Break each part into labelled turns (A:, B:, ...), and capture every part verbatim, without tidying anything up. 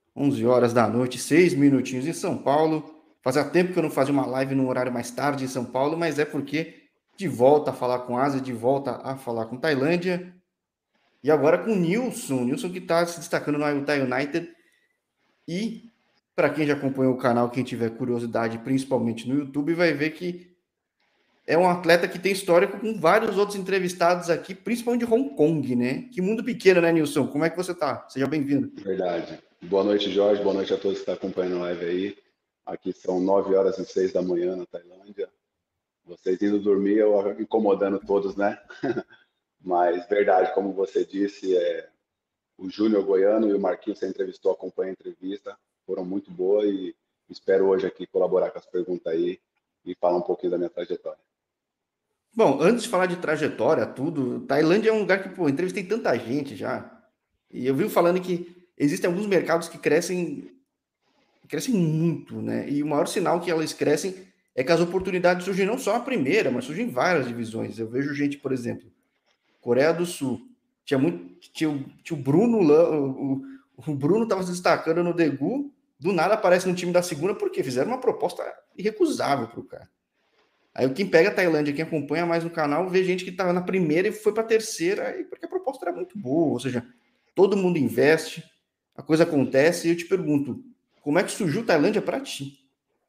A: onze horas da noite, seis minutinhos em São Paulo. Fazia tempo que eu não fazia uma live num horário mais tarde em São Paulo, mas é porque de volta a falar com Ásia, de volta a falar com Tailândia. E agora com o Nilson, Nilson que está se destacando no Utah United. E para quem já acompanhou o canal, quem tiver curiosidade, principalmente no YouTube, vai ver que é um atleta que tem histórico com vários outros entrevistados aqui, principalmente de Hong Kong, né? Que mundo pequeno, né, Nilson? Como é que você tá? Seja bem-vindo.
B: Verdade. Boa noite, Jorge. Boa noite a todos que estão acompanhando a live aí. Aqui são nove horas e seis da manhã na Tailândia. Vocês indo dormir, eu incomodando todos, né? Mas verdade, como você disse, é, o Júnior Goiano e o Marquinhos, você entrevistou, acompanha a entrevista, foram muito boas e espero hoje aqui colaborar com as perguntas aí e falar um pouquinho da minha trajetória.
A: Bom, antes de falar de trajetória, tudo, Tailândia é um lugar que, pô, entrevistei tanta gente já. E eu vi falando que existem alguns mercados que crescem, crescem muito, né? E o maior sinal que elas crescem é que as oportunidades surgem não só a primeira, mas surgem em várias divisões. Eu vejo gente, por exemplo, Coreia do Sul. Tinha muito. Tinha, o- tinha o Bruno lá. O, o Bruno estava se destacando no Degu. Do nada aparece no time da segunda, porque fizeram uma proposta irrecusável para o cara. Aí quem pega a Tailândia, quem acompanha mais no canal, vê gente que estava na primeira e foi para a terceira, porque a proposta era muito boa. Ou seja, todo mundo investe, a coisa acontece. E eu te pergunto, como é que surgiu Tailândia para ti?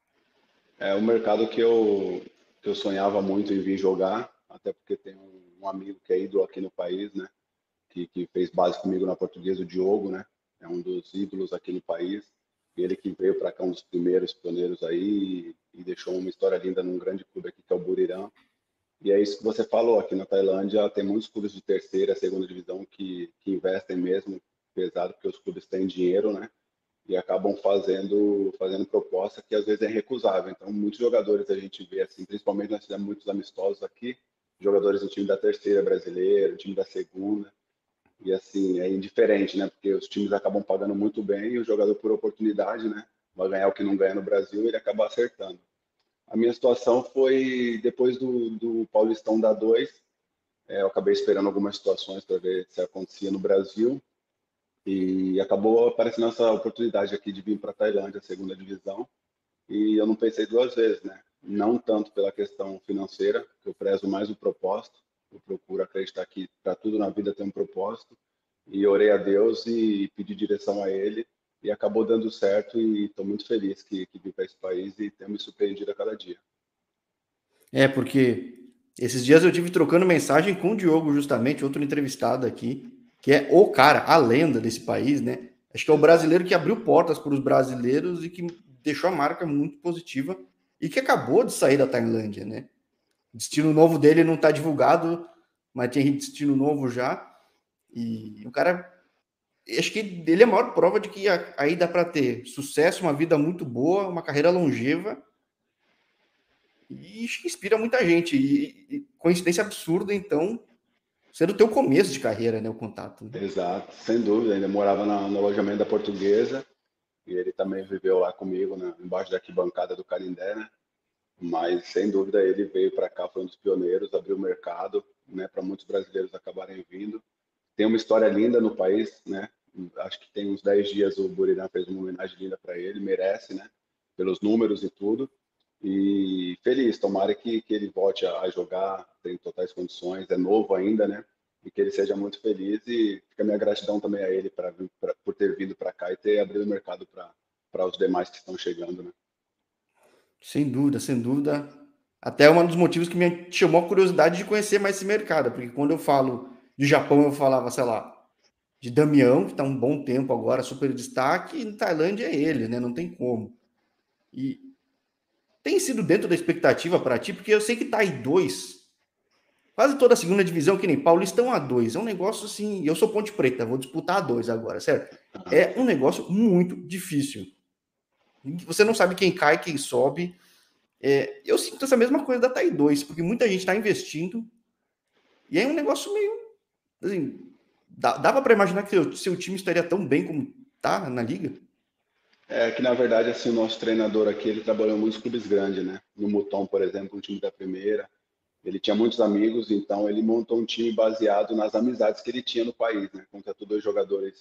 B: É um mercado que eu, que eu sonhava muito em vir jogar, até porque tem um, um amigo que é ídolo aqui no país, né? que, que fez base comigo na Portuguesa, o Diogo, né? É um dos ídolos aqui no país. Ele que veio para cá, um dos primeiros pioneiros aí, e, e deixou uma história linda num grande clube aqui, que é o Buriram. E é isso que você falou, aqui na Tailândia tem muitos clubes de terceira, segunda divisão que, que investem mesmo pesado, porque os clubes têm dinheiro, né? E acabam fazendo, fazendo proposta que às vezes é recusável. Então, muitos jogadores a gente vê assim, principalmente nós fizemos muitos amistosos aqui, jogadores do time da terceira brasileira, time da segunda, e assim, é indiferente, né? Porque os times acabam pagando muito bem e o jogador, por oportunidade, né? Vai ganhar o que não ganha no Brasil, ele acaba acertando. A minha situação foi depois do, do Paulistão da dois, é, eu acabei esperando algumas situações para ver se acontecia no Brasil e acabou aparecendo essa oportunidade aqui de vir para a Tailândia, segunda divisão, e eu não pensei duas vezes, né? Não tanto pela questão financeira, que eu prezo mais o propósito, eu procuro acreditar que para tudo na vida tem um propósito, e orei a Deus e pedi direção a Ele, e acabou dando certo, e estou muito feliz que, que vim para esse país e tenho me surpreendido a cada dia.
A: É, porque esses dias eu tive trocando mensagem com o Diogo, justamente, outro entrevistado aqui, que é o cara, a lenda desse país, né? Acho que é o
B: Exato.
A: brasileiro que abriu portas para os brasileiros e que deixou a marca muito positiva e que acabou de sair da Tailândia, né? O destino novo dele não está divulgado, mas tem destino novo já. E o cara, acho que ele é a maior prova de que aí dá para ter sucesso, uma vida muito boa, uma carreira longeva e acho que inspira muita gente. E, e coincidência absurda, então, sendo o teu começo de carreira, né? O contato. Né?
B: Exato, sem dúvida. Ainda morava na, no alojamento da Portuguesa, e ele também viveu lá comigo, né, embaixo da arquibancada do Canindé, né? Mas sem dúvida ele veio para cá, foi um dos pioneiros, abriu o mercado, né, para muitos brasileiros acabarem vindo. Tem uma história linda no país, né? Acho que tem uns dez dias o Buriram fez uma homenagem linda para ele, merece, né? Pelos números e tudo. E feliz, tomara que, que ele volte a, a jogar, tem totais condições, é novo ainda, né? E que ele seja muito feliz e fica a minha gratidão também a ele pra, pra, por ter vindo para cá e ter abrido o mercado para os demais que estão chegando, né?
A: Sem dúvida, sem dúvida. Até um dos motivos que me chamou a curiosidade de conhecer mais esse mercado, porque quando eu falo de Japão, eu falava, sei lá, de Damião, que está um bom tempo agora, super destaque, e na Tailândia é ele, né? Não tem como. E tem sido dentro da expectativa para ti, porque eu sei que tá aí dois, quase toda a segunda divisão, que nem Paulistão a dois. É um negócio assim. Eu sou Ponte Preta, vou disputar a dois agora, certo? É um negócio muito difícil. Você não sabe quem cai, quem sobe. É, eu sinto essa mesma coisa da Tai dois, porque muita gente está investindo e é um negócio meio. Assim, dava para imaginar que o seu time estaria tão bem como tá na liga?
B: É que, na verdade, assim, o nosso treinador aqui, ele trabalhou em muitos clubes grandes, né? No Muton, por exemplo, um time da primeira. Ele tinha muitos amigos, então ele montou um time baseado nas amizades que ele tinha no país, né? Contratou dois jogadores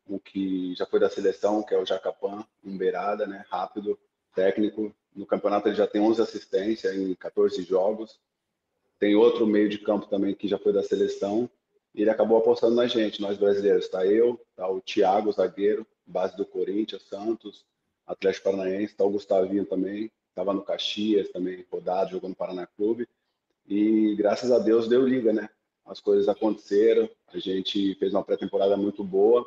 B: um que já foi da seleção, que é o Jacapan, um beirada, né? Rápido, técnico. No campeonato ele já tem onze assistências em quatorze jogos. Tem outro meio de campo também que já foi da seleção. E ele acabou apostando na gente, nós brasileiros. Está eu, tá o Thiago, zagueiro, base do Corinthians, Santos, Atlético Paranaense, está o Gustavinho também, estava no Caxias também, rodado, jogou no Paraná Clube. E graças a Deus deu liga, né? As coisas aconteceram, a gente fez uma pré-temporada muito boa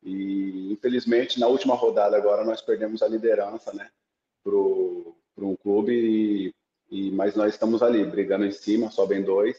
B: e infelizmente na última rodada agora nós perdemos a liderança, né? Para um clube, e, e, mas nós estamos ali brigando em cima, sobem dois,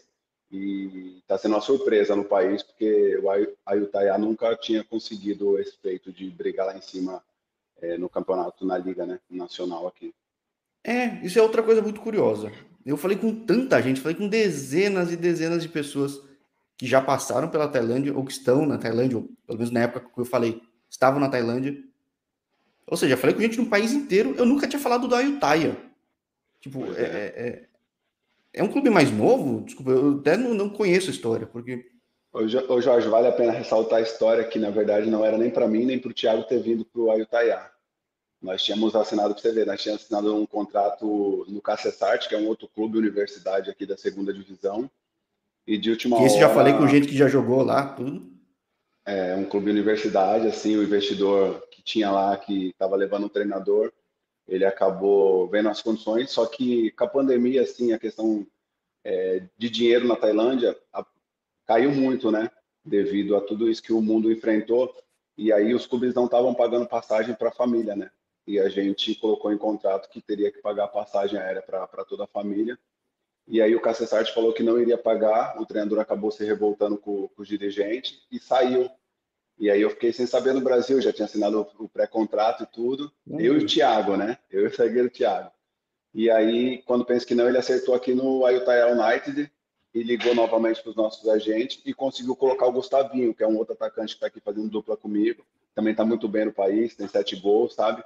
B: e está sendo uma surpresa no país porque o Ayutthaya nunca tinha conseguido esse feito de brigar lá em cima é, no campeonato, na liga, né? Nacional aqui.
A: É, isso é outra coisa muito curiosa. Eu falei com tanta gente, falei com dezenas e dezenas de pessoas que já passaram pela Tailândia ou que estão na Tailândia, ou pelo menos na época que eu falei, estavam na Tailândia. Ou seja, falei com gente no país inteiro, eu nunca tinha falado do Ayutthaya. Tipo,
B: Pois
A: é,
B: é.
A: é, é, é um clube mais novo? Desculpa, eu até não, não conheço a história, porque...
B: Ô Jorge, vale a pena ressaltar a história que, na verdade, não era nem para mim, nem para o Thiago ter vindo para o Ayutthaya. Nós tínhamos assinado, para você ver, nós tínhamos assinado um contrato no Cacessart, que é um outro clube, universidade aqui da segunda divisão, e de última
A: Que esse já falei com
B: hora,
A: gente que já jogou lá, tudo.
B: é um clube universidade, assim, o investidor que tinha lá, que estava levando um treinador, ele acabou vendo as condições, só que com a pandemia, assim, a questão é, de dinheiro na Tailândia a, caiu muito, né? Devido a tudo isso que o mundo enfrentou, e aí os clubes não estavam pagando passagem para a família, né? E a gente colocou em contrato que teria que pagar passagem aérea para toda a família. E aí o Cacessart falou que não iria pagar, o treinador acabou se revoltando com, com os dirigentes e saiu. E aí eu fiquei sem saber no Brasil, já tinha assinado o pré-contrato e tudo. Eu e o Thiago, né? Eu e o zagueiro Thiago. E aí, quando penso que não, ele acertou aqui no Ayutthaya United e ligou novamente para os nossos agentes e conseguiu colocar o Gustavinho, que é um outro atacante que está aqui fazendo dupla comigo. Também está muito bem no país, tem sete gols, sabe?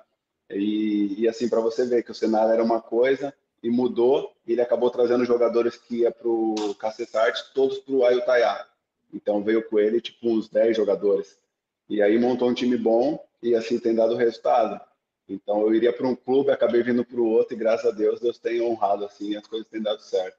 B: E, e assim, para você ver que o cenário era uma coisa e mudou, e ele acabou trazendo jogadores que ia para o Cacetart, todos para o Ayutthaya. Então veio com ele tipo uns dez jogadores. E aí montou um time bom e assim tem dado resultado. Então eu iria para um clube, acabei vindo para o outro e graças a Deus Deus tem honrado assim, as coisas têm dado certo.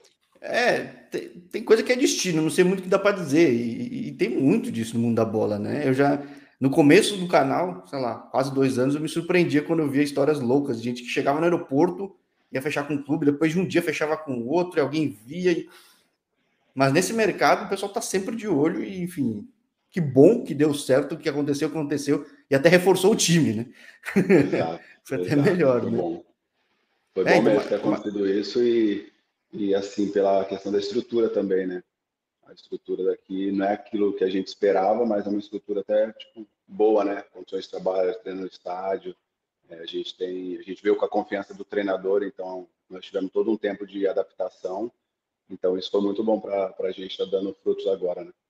A: É, tem, tem coisa que é destino, não sei muito o que dá para dizer, e, e tem muito disso no mundo da bola, né? Eu já, no começo do canal, sei lá, quase dois anos, eu me surpreendia quando eu via histórias loucas, de gente que chegava no aeroporto, ia fechar com um clube, depois de um dia fechava com outro, e alguém via. E... Mas nesse mercado o pessoal tá sempre de olho, e enfim, que bom que deu certo, o que aconteceu, aconteceu, e até reforçou o time, né?
B: Exato,
A: Foi até
B: exato,
A: melhor,
B: foi
A: né?
B: bom. Foi
A: É,
B: bom
A: então,
B: mesmo ter acontecido isso e, e assim, pela questão da estrutura também, né? A estrutura daqui não é aquilo que a gente esperava, mas é uma estrutura até tipo, boa, né? Condições de trabalho, treino no estádio. É, a gente tem, a gente veio com a confiança do treinador, então nós tivemos todo um tempo de adaptação. Então isso foi muito bom para a gente estar tá dando frutos agora, né?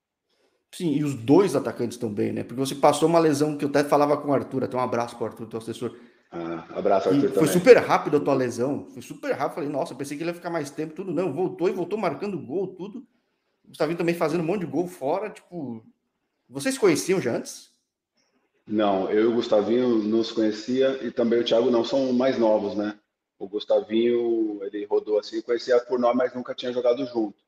A: sim, e os dois atacantes também, né? Porque você passou uma lesão que eu até falava com o Arthur, até um abraço para o Arthur, teu assessor,
B: Ah, abraço,
A: que
B: Arthur,
A: foi
B: também.
A: super rápido a tua lesão, foi super rápido. Falei, nossa, pensei que ele ia ficar mais tempo, tudo não, voltou e voltou marcando gol, tudo. O Gustavinho também fazendo um monte de gol fora, tipo, vocês conheciam já antes?
B: Não, eu e o Gustavinho nos conhecia e também o Thiago não, são mais novos, né? O Gustavinho, ele rodou assim, conhecia por nós, mas nunca tinha jogado junto.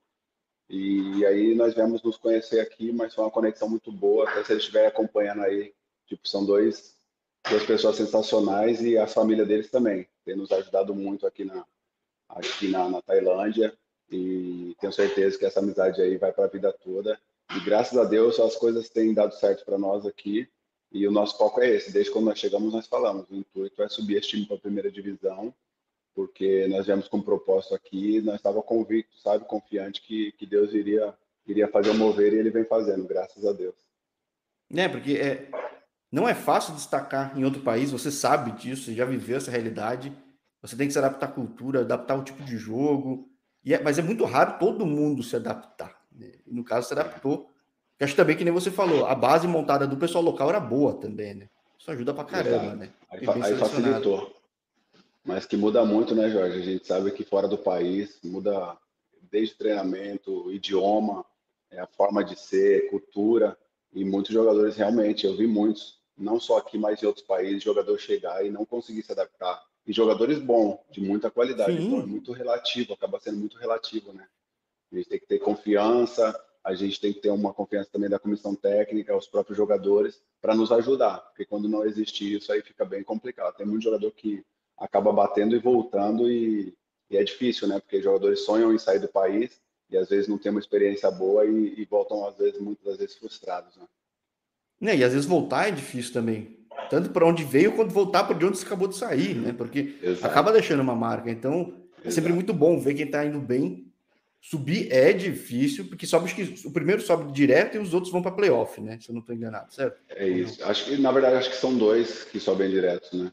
B: E aí nós viemos nos conhecer aqui, mas foi uma conexão muito boa, até se eles estiverem acompanhando aí, tipo, são dois, duas pessoas sensacionais e a família deles também, tem nos ajudado muito aqui na, aqui na, na Tailândia e tenho certeza que essa amizade aí vai para a vida toda. E graças a Deus as coisas têm dado certo para nós aqui e o nosso foco é esse. Desde quando nós chegamos, nós falamos: o intuito é subir esse time para a primeira divisão, porque nós viemos com um propósito aqui, nós estávamos convictos, sabe, confiante que, que Deus iria, iria fazer o mover e ele vem fazendo, graças a Deus.
A: Né, porque é, não é fácil destacar em outro país, você sabe disso, você já viveu essa realidade, você tem que se adaptar à cultura, adaptar o tipo de jogo, e é, mas é muito raro todo mundo se adaptar, né? E no caso se adaptou. Eu acho também que nem você falou, a base montada do pessoal local era boa também, né? Isso ajuda pra caramba,
B: Exato.
A: né?
B: Aí,
A: E
B: fa-
A: bem
B: aí
A: selecionado.
B: facilitou. Mas que muda muito, né, Jorge? A gente sabe que fora do país muda desde treinamento, idioma, é, a forma de ser, cultura. E muitos jogadores realmente, eu vi muitos, não só aqui, mas em outros países, jogador chegar e não conseguir se adaptar. E jogadores bons, de muita qualidade. Então é
A: Sim.
B: muito relativo, acaba sendo muito relativo, né? A gente tem que ter confiança, a gente tem que ter uma confiança também da comissão técnica, os próprios jogadores, para nos ajudar, porque quando não existe isso, aí fica bem complicado. Tem muito jogador que acaba batendo e voltando e, e é difícil, né? Porque os jogadores sonham em sair do país e às vezes não tem uma experiência boa e, e voltam, às vezes, muitas das vezes frustrados, né?
A: Né, e às vezes voltar é difícil também. Tanto para onde veio, quanto voltar para de onde você acabou de sair, né? Porque acaba
B: Exato,
A: deixando uma marca. Então, é sempre
B: exato.
A: muito bom ver quem está indo bem. Subir é difícil, porque sobe, acho que o primeiro sobe direto e os outros vão para playoff, né? Se eu não estou enganado, certo?
B: É
A: Ou não?
B: isso. Acho que, na verdade, acho que são dois que sobem direto, né?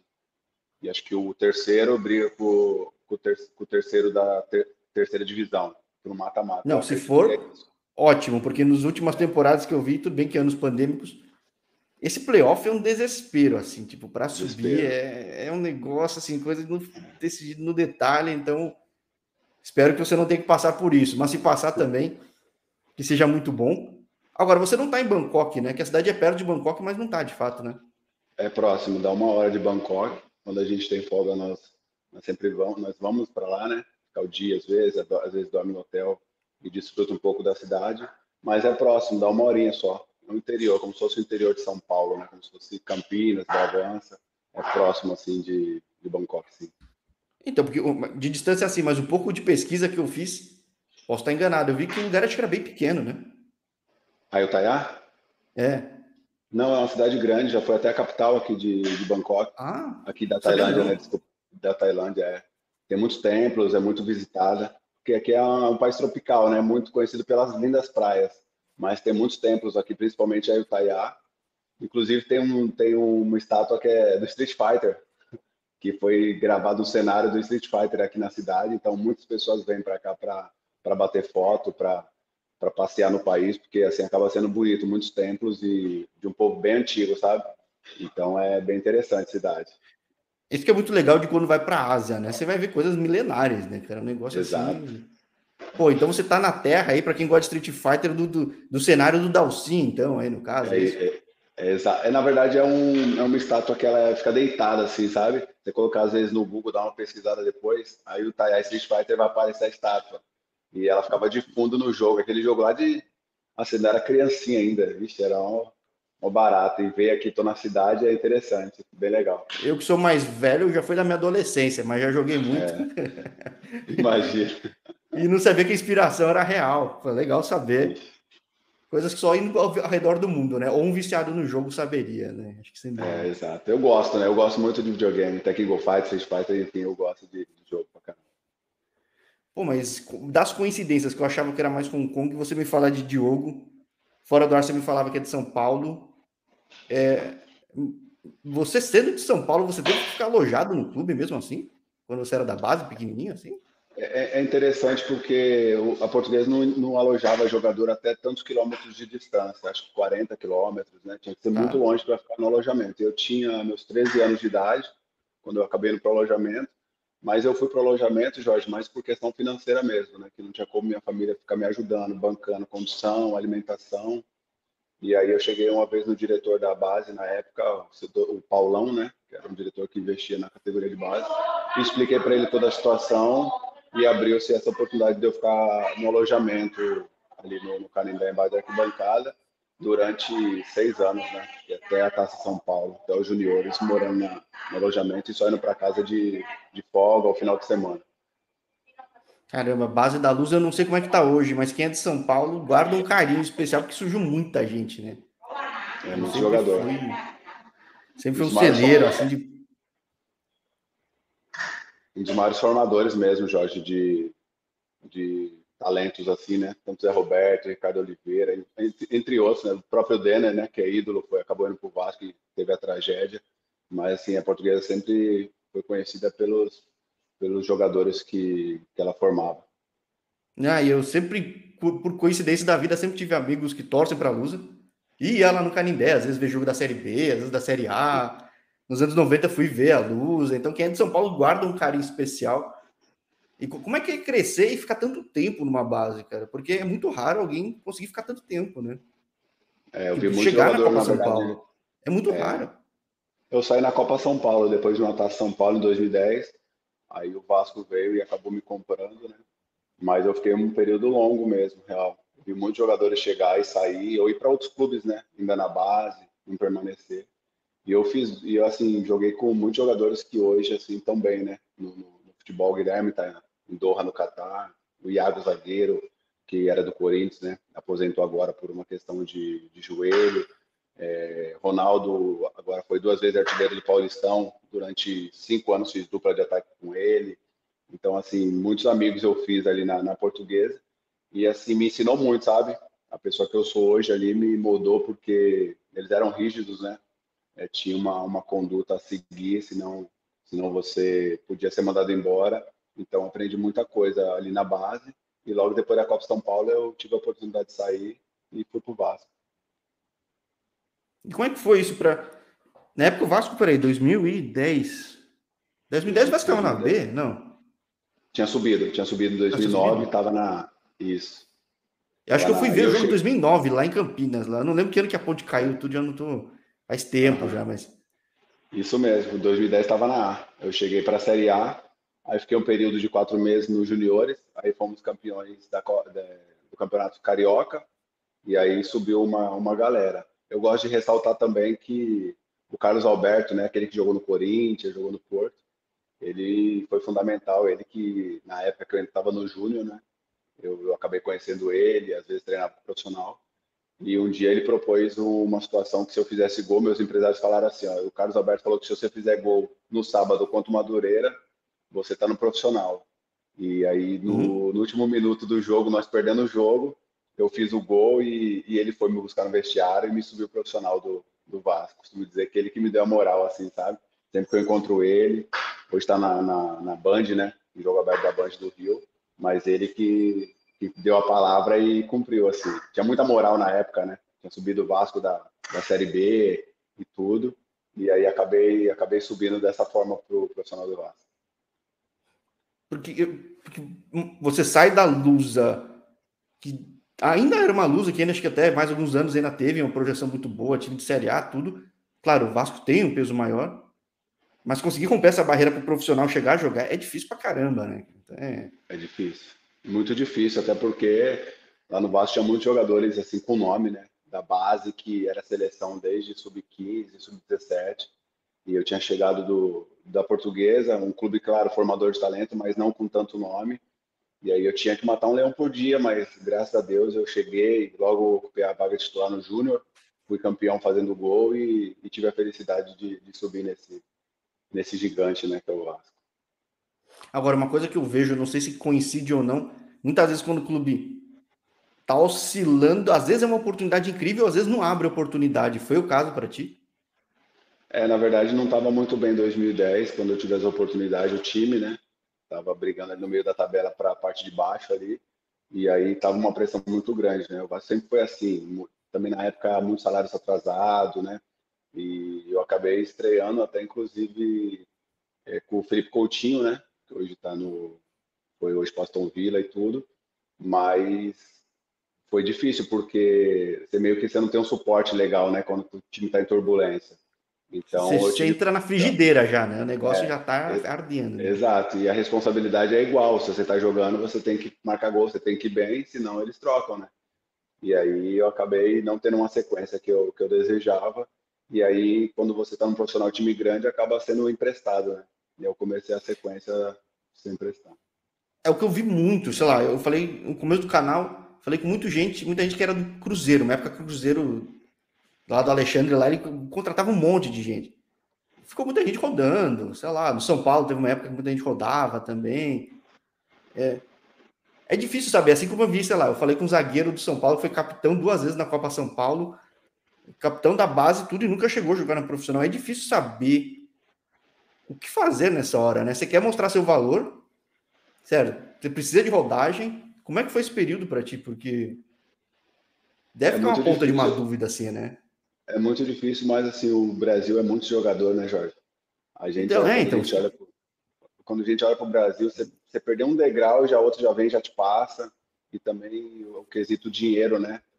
B: E acho que o terceiro briga com, com, o, ter, com o terceiro da ter, terceira divisão, pro mata-mata. Eu
A: Não, se
B: acredito que é
A: for,
B: isso.
A: ótimo, porque nas últimas temporadas que eu vi, tudo bem que anos pandêmicos, esse playoff é um desespero, assim, tipo, para subir
B: Desespero.
A: é, é um negócio, assim, coisa no, decidido no detalhe, então espero que você não tenha que passar por isso, mas se passar também, que seja muito bom. Agora, você não está em Bangkok, né? Que a cidade é perto de Bangkok, mas não está de fato, né?
B: É próximo, dá uma hora de Bangkok. Quando a gente tem folga, nós, nós sempre vamos, nós vamos para lá, né? Ficar o dia, às vezes, às vezes dorme no hotel e desfruta um pouco da cidade. Mas é próximo, dá uma horinha só. No interior, como se fosse o interior de São Paulo, né? Como se fosse Campinas, Bragança. É próximo, assim, de, de Bangkok, sim.
A: Então, porque de distância é assim, mas um pouco de pesquisa que eu fiz, posso estar enganado, eu vi que o lugar acho que era bem pequeno, né?
B: Ayutthaya?
A: É.
B: Não, é uma cidade grande, já foi até a capital aqui de, de Bangkok,
A: Ah,
B: aqui da
A: sabia
B: Tailândia, né?
A: não.
B: Desculpa, da Tailândia, é. Tem muitos templos, é muito visitada, porque aqui é um, um país tropical, né? Muito conhecido pelas lindas praias, mas tem muitos templos aqui, principalmente a Ayutthaya. Inclusive tem, um, tem uma estátua que é do Street Fighter, que foi gravado o cenário do Street Fighter aqui na cidade, então muitas pessoas vêm para cá para bater foto, para para passear no país, porque assim acaba sendo bonito, muitos templos e de um povo bem antigo, sabe? Então é bem interessante a cidade.
A: Isso que é muito legal de quando vai para a Ásia, né? Você vai ver coisas milenares, né, cara? Um negócio
B: Exato.
A: assim. Pô, então você tá na Terra aí, para quem gosta de Street Fighter, do, do, do cenário do Dalsin, então, aí no caso,
B: É,
A: é isso?
B: é, é, exa- é, na verdade é, um, é uma estátua que ela fica deitada assim, sabe? Você colocar às vezes no Google, dar uma pesquisada depois, aí o Tai Street Fighter vai aparecer a estátua. E ela ficava de fundo no jogo, aquele jogo lá de. Assim, não era criancinha ainda, vixe, era um, um barato. E ver aqui, tô na cidade, é interessante, bem legal.
A: Eu que sou mais velho, já foi da minha adolescência, mas já joguei muito.
B: Imagina.
A: E não sabia que a inspiração era real. Foi legal saber.
B: Vixe.
A: Coisas que só indo ao, ao redor do mundo, né? Ou um viciado no jogo saberia, né? Acho que sem
B: É,
A: dúvida.
B: exato. Eu gosto, né? Eu gosto muito de videogame. Tekken Go Fight, Street Fighter, enfim, eu gosto de, de jogo pra caramba.
A: Pô, mas das coincidências que eu achava que era mais Hong Kong, você me fala de Diogo, fora do ar você me falava que é de São Paulo. Você sendo de São Paulo, você teve que ficar alojado no clube mesmo assim? Quando você era da base, pequenininho assim?
B: É, é interessante porque o- a Portuguesa não, não alojava jogador até tantos quilômetros de distância, acho que quarenta quilômetros, né? Tinha que ser muito
A: Tá.
B: longe para ficar no alojamento. Eu tinha meus treze anos de idade quando eu acabei indo para o alojamento, mas eu fui para o alojamento, Jorge, mais por questão financeira mesmo, né? Que não tinha como minha família ficar me ajudando, bancando condução, alimentação. E aí eu cheguei uma vez no diretor da base, na época, o Paulão, né, que era um diretor que investia na categoria de base, e expliquei para ele toda a situação e abriu-se essa oportunidade de eu ficar no alojamento ali no, no Canindé, embaixo da arquibancada, durante seis anos, né, e até a Taça São Paulo, até os juniores, morando na, no alojamento e só indo para casa de, de folga ao final de semana.
A: Caramba, base da Luz eu não sei como é que tá hoje, mas quem é de São Paulo guarda um carinho especial porque surgiu muita gente, né?
B: É
A: Eu
B: muito
A: sempre
B: jogador.
A: fui, sempre
B: Um
A: fui um
B: dos maiores,
A: celeiro assim de.
B: um dos maiores formadores mesmo, Jorge, de, de talentos assim, né? Tanto Zé Roberto, Ricardo Oliveira, entre, entre outros, né? O próprio Denner, né? Que é ídolo, foi, acabou indo pro Vasco e teve a tragédia. Mas, assim, a portuguesa sempre foi conhecida pelos, pelos jogadores que, que ela formava.
A: Ah, e eu sempre, por, por coincidência da vida, sempre tive amigos que torcem pra Lusa. E ia lá no Canindé, às vezes ver jogo da Série B, às vezes da Série A. Nos anos noventa fui ver a Lusa. Então quem é de São Paulo guarda um carinho especial. E co- como é que é crescer e ficar tanto tempo numa base, cara? Porque é muito raro alguém conseguir ficar tanto tempo, né?
B: É, eu vi
A: Tipo,
B: muito
A: chegar na
B: jogador,
A: Copa
B: na
A: São
B: verdade.
A: Paulo. É muito
B: É,
A: raro.
B: eu saí na Copa São Paulo, depois de uma Taça São Paulo em dois mil e dez. Aí o Vasco veio e acabou me comprando, né? Mas eu fiquei um período longo mesmo, real. Eu vi muitos jogadores chegar e sair, ou ir para outros clubes, né? Ainda na base, não permanecer. E eu fiz, e eu assim, joguei com muitos jogadores que hoje, assim, estão bem, né? No, no, no futebol, o Guilherme tá em Doha, no Catar, o Iago Zagueiro, que era do Corinthians, né? Aposentou agora por uma questão de, de joelho. É, Ronaldo agora foi duas vezes artilheiro do Paulistão, durante cinco anos fiz dupla de ataque com ele. Então, assim, muitos amigos eu fiz ali na, na Portuguesa e, assim, me ensinou muito, sabe? A pessoa que eu sou hoje ali me moldou porque eles eram rígidos, né? É, tinha uma, uma conduta a seguir, senão, senão você podia ser mandado embora. Então, aprendi muita coisa ali na base e logo depois da Copa São Paulo eu tive a oportunidade de sair e fui pro Vasco.
A: E como é que foi isso para. Na época o Vasco, peraí, dois mil e dez. dois mil e dez o Vasco estava na
B: dois mil e dez.
A: B? Não.
B: Tinha subido, tinha subido em
A: Ah, tinha
B: dois mil e nove,
A: subido?
B: estava na. Isso.
A: Eu acho
B: Tava
A: que eu fui
B: na. E
A: ver o
B: eu
A: jogo em
B: cheguei.
A: dois mil e nove, lá em Campinas. Lá. Eu não lembro que ano que a ponte caiu,
B: É,
A: tudo já não tô. Faz tempo
B: aham.
A: já, mas.
B: Isso mesmo, dois mil e dez estava na A. Eu cheguei para a Série A, aí fiquei um período de quatro meses nos juniores, aí fomos campeões da, co- da- do Campeonato Carioca, e aí subiu uma, uma galera. Eu gosto de ressaltar também que o Carlos Alberto, né, aquele que jogou no Corinthians, jogou no Porto, ele foi fundamental, ele que na época que eu estava no Júnior, né, eu, eu acabei conhecendo ele, às vezes treinava com profissional, e um dia ele propôs uma situação que se eu fizesse gol, meus empresários falaram assim, ó, o Carlos Alberto falou que se você fizer gol no sábado contra o Madureira, você está no profissional. E aí
A: Uhum.
B: no, no último minuto do jogo, nós perdendo o jogo, eu fiz o gol e, e ele foi me buscar no vestiário e me subiu profissional do, do Vasco. Costumo dizer que ele que me deu a moral, assim, sabe? Sempre que eu encontro ele, hoje está na, na, na Band, né? No jogo aberto da Band do Rio, mas ele que, que deu a palavra e cumpriu, assim. Tinha muita moral na época, né? Tinha subido o Vasco da, da Série B e tudo, e aí acabei, acabei subindo dessa forma pro profissional do Vasco.
A: Porque, eu- porque você sai da Lusa, que ainda era uma Lusa, que ainda acho que até mais alguns anos ainda teve uma projeção muito boa, time de Série A, tudo. Claro, o Vasco tem um peso maior, mas conseguir romper essa barreira para o profissional chegar a jogar é difícil pra caramba, né? Então, é,
B: É difícil. Muito difícil, até porque lá no Vasco tinha muitos jogadores assim com nome, né? Da base, que era seleção desde sub quinze, sub dezessete. E eu tinha chegado do, da Portuguesa, um clube, claro, formador de talento, mas não com tanto nome. E aí eu tinha que matar um leão por dia, mas graças a Deus eu cheguei, logo ocupei a vaga titular no Júnior, fui campeão fazendo gol e, e tive a felicidade de, de subir nesse, nesse gigante, né, que é o Vasco.
A: Agora, uma coisa que eu vejo, não sei se coincide ou não, muitas vezes quando o clube tá oscilando, às vezes é uma oportunidade incrível, às vezes não abre oportunidade. Foi o caso para ti?
B: É, na verdade, não estava muito bem em dois mil e dez, quando eu tive essa oportunidade, o time, né? Tava brigando ali no meio da tabela para a parte de baixo ali, e aí tava uma pressão muito grande, né? O Vasco sempre foi assim, mu- também na época muito salários atrasados, né? E eu acabei estreando até inclusive é, com o Felipe Coutinho, né? Que hoje está no, foi hoje para Aston Villa e tudo, mas foi difícil porque você meio que você não tem um suporte legal, né? Quando o time está em turbulência.
A: Você,
B: Então eu
A: você
B: tive
A: entra na frigideira já, né? O negócio já
B: é,
A: tá
B: e-
A: ardendo. Já.
B: exato, e a responsabilidade é igual. Se você está jogando, você tem que marcar gol, você tem que ir bem, senão eles trocam, né? E aí eu acabei não tendo uma sequência que eu, que eu desejava. E aí, quando você está num profissional time grande, acaba sendo emprestado, né? E eu comecei a sequência sem emprestar.
A: É o que eu vi muito, sei lá, eu falei no começo do canal, falei com muita gente, muita gente que era do Cruzeiro, uma época que o Cruzeiro, lá do Alexandre, lá, ele contratava um monte de gente. Ficou muita gente rodando, sei lá, no São Paulo teve uma época que muita gente rodava também. É difícil saber, assim como eu vi, sei lá, eu falei com um zagueiro do São Paulo, que foi capitão duas vezes na Copa São Paulo, capitão da base, tudo, e nunca chegou a jogar na profissional. É difícil saber o que fazer nessa hora, né? Você quer mostrar seu valor, sério, você precisa de rodagem. Como é que foi esse período para ti? Porque deve
B: É
A: ficar
B: muito
A: uma ponta de uma
B: difícil,
A: dúvida assim, né?
B: é muito difícil, mas assim, o Brasil é muito jogador, né, Jorge? A gente,
A: Então,
B: é,
A: é,
B: quando a
A: então,
B: gente olha quando a gente olha para o Brasil, você, você perdeu um degrau, já outro já vem, já te passa. E também o quesito dinheiro, né?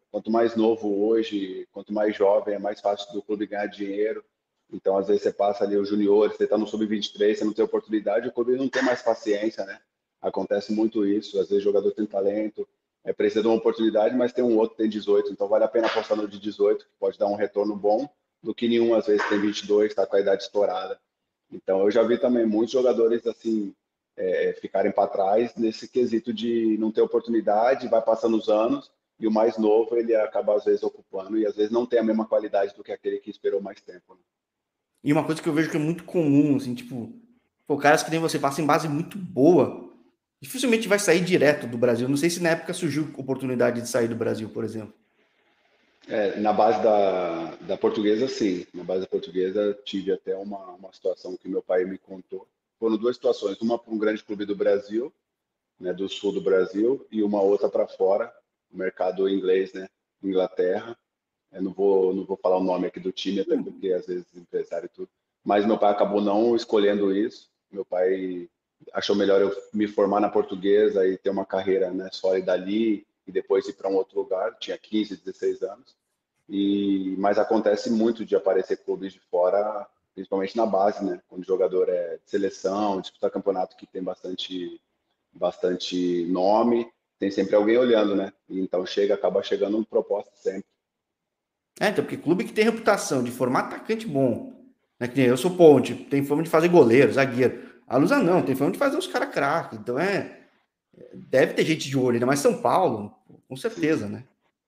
B: quanto mais novo hoje, quanto mais jovem, é mais fácil do clube ganhar dinheiro. Então, às vezes, você passa ali os juniores, você está no sub vinte e três, você não tem oportunidade, o clube não tem mais paciência, né? Acontece muito isso. Às vezes, o jogador tem talento, é, precisa de uma oportunidade, mas tem um outro que tem dezoito. Então, vale a pena apostar no de dezoito, que pode dar um retorno bom, do que nenhum, às vezes, tem vinte e dois, está com a idade estourada. Então, eu já vi também muitos jogadores, assim, é, ficarem para trás nesse quesito de não ter oportunidade, vai passando os anos, e o mais novo, ele acaba, às vezes, ocupando, e às vezes não tem a mesma qualidade do que aquele que esperou mais tempo, né?
A: E uma coisa que eu vejo que é muito comum, assim, tipo, pô, caras que nem você passam em base muito boa, dificilmente vai sair direto do Brasil. Não sei se na época surgiu oportunidade de sair do Brasil, por exemplo.
B: É, na base da, da portuguesa, sim. Na base da portuguesa, tive até uma, uma situação que meu pai me contou. Foram duas situações. Uma para um grande clube do Brasil, né, do sul do Brasil, e uma outra para fora, o mercado inglês, né, Inglaterra. Eu não vou, não vou falar o nome aqui do time, até porque às vezes empresário e tudo. Mas meu pai acabou não escolhendo isso. Meu pai achou melhor eu me formar na portuguesa e ter uma carreira, né, sólida ali e depois ir para um outro lugar. Tinha quinze, dezesseis anos. E, mas acontece muito de aparecer clubes de fora, principalmente na base, né? Quando o jogador é de seleção, disputa campeonato que tem bastante, bastante nome, tem sempre alguém olhando, né? E então chega, acaba chegando um proposta sempre.
A: É, então, porque clube que tem reputação de formar atacante bom, né? Que nem eu sou ponte, tem fama de fazer goleiro, zagueiro. A Lusa não, tem fama de fazer os caras craques. Então é. Deve ter gente de olho, ainda mais São Paulo, com
B: Sim,
A: certeza, né?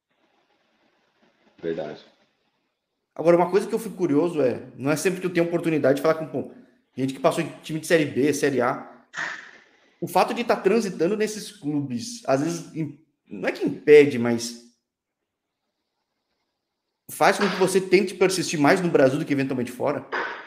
B: verdade.
A: Agora, uma coisa que eu fico curioso é, não é sempre que eu tenho oportunidade de falar com pô, gente que passou em time de Série B, Série A. O fato de estar tá transitando nesses clubes, às vezes, não é que impede, mas faz com que você tente persistir mais no Brasil do que eventualmente fora.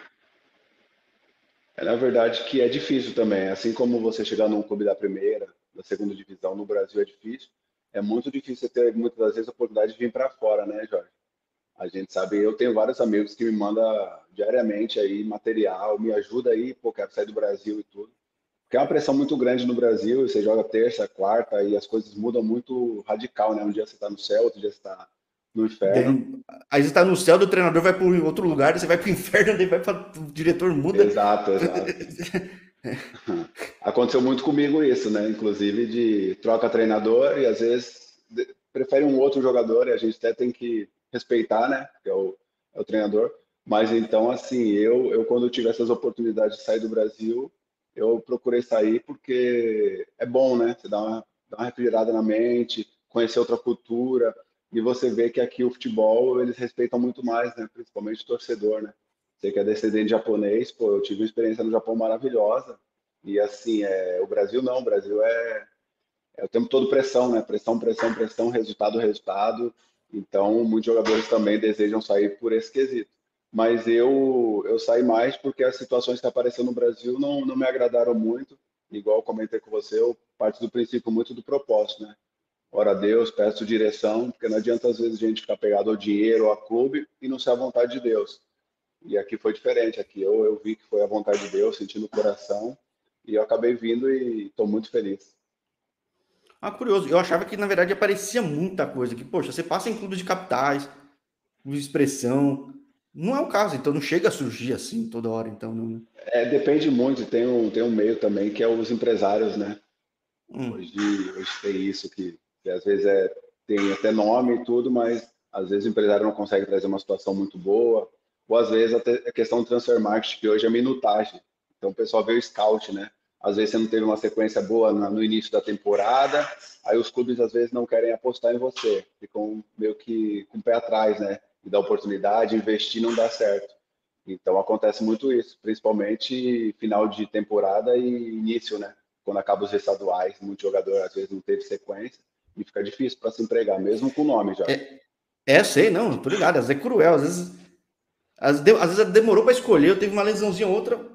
B: É na verdade que é difícil também, assim como você chegar num clube da primeira, da segunda divisão no Brasil é difícil, é muito difícil você ter muitas das vezes a oportunidade de vir para fora, né, Jorge? A gente sabe, eu tenho vários amigos que me mandam diariamente aí material, me ajuda aí, pô, quero sair do Brasil e tudo. Porque é uma pressão muito grande no Brasil, você joga terça, quarta e as coisas mudam muito radical, né? Um dia você está no céu, outro dia você está no inferno.
A: Aí você está no céu, do treinador vai para outro lugar, você vai para o inferno, daí vai para o diretor muda.
B: Exato, exato. Aconteceu muito comigo isso, né? Inclusive de troca treinador e às vezes prefere um outro jogador e a gente até tem que respeitar, né? Que é o, é o treinador. Mas então, assim, eu, eu quando tive essas oportunidades de sair do Brasil, eu procurei sair porque é bom, né? Você dá uma, dá uma refrigerada na mente, conhecer outra cultura e você vê que aqui o futebol eles respeitam muito mais, né? Principalmente o torcedor, né? Você que é descendente de japonês, pô, eu tive uma experiência no Japão maravilhosa. E assim, é, o Brasil não, o Brasil é, é o tempo todo pressão, né? Pressão, pressão, pressão, resultado, resultado. Então, muitos jogadores também desejam sair por esse quesito. Mas eu, eu saí mais porque as situações que apareceram no Brasil não, não me agradaram muito. Igual eu comentei com você, eu parto do princípio muito do propósito, né? Ora a Deus, peço direção, porque não adianta às vezes a gente ficar pegado ao dinheiro ou a clube e não ser a vontade de Deus. E aqui foi diferente. Aqui eu, eu vi que foi a vontade de Deus, senti no coração. E eu acabei vindo e estou muito feliz.
A: Ah, curioso. Eu achava que, na verdade, aparecia muita coisa. Que, poxa, você passa em clubes de capitais, clubes de expressão. Não é o caso, então não chega a surgir assim toda hora. Então, não...
B: É, depende muito. Tem um, tem um meio também que é os empresários, né?
A: hum.
B: Hoje, hoje tem isso que, que às vezes é, tem até nome e tudo, mas às vezes o empresário não consegue trazer uma situação muito boa. Ou às vezes até a questão do transfer market, que hoje é minutagem. Então o pessoal vê o scout, né? Às vezes você não teve uma sequência boa no início da temporada, aí os clubes às vezes não querem apostar em você, ficam meio que com o pé atrás, né? E dá oportunidade, investir não dá certo. Então acontece muito isso, principalmente final de temporada e início, né? Quando acaba os estaduais, muito jogador às vezes não teve sequência e fica difícil para se empregar, mesmo com o nome já.
A: É, é, sei, não, tô ligado. Às vezes é cruel, às vezes, às, de, às vezes demorou para escolher. Eu teve uma lesãozinha ou outra.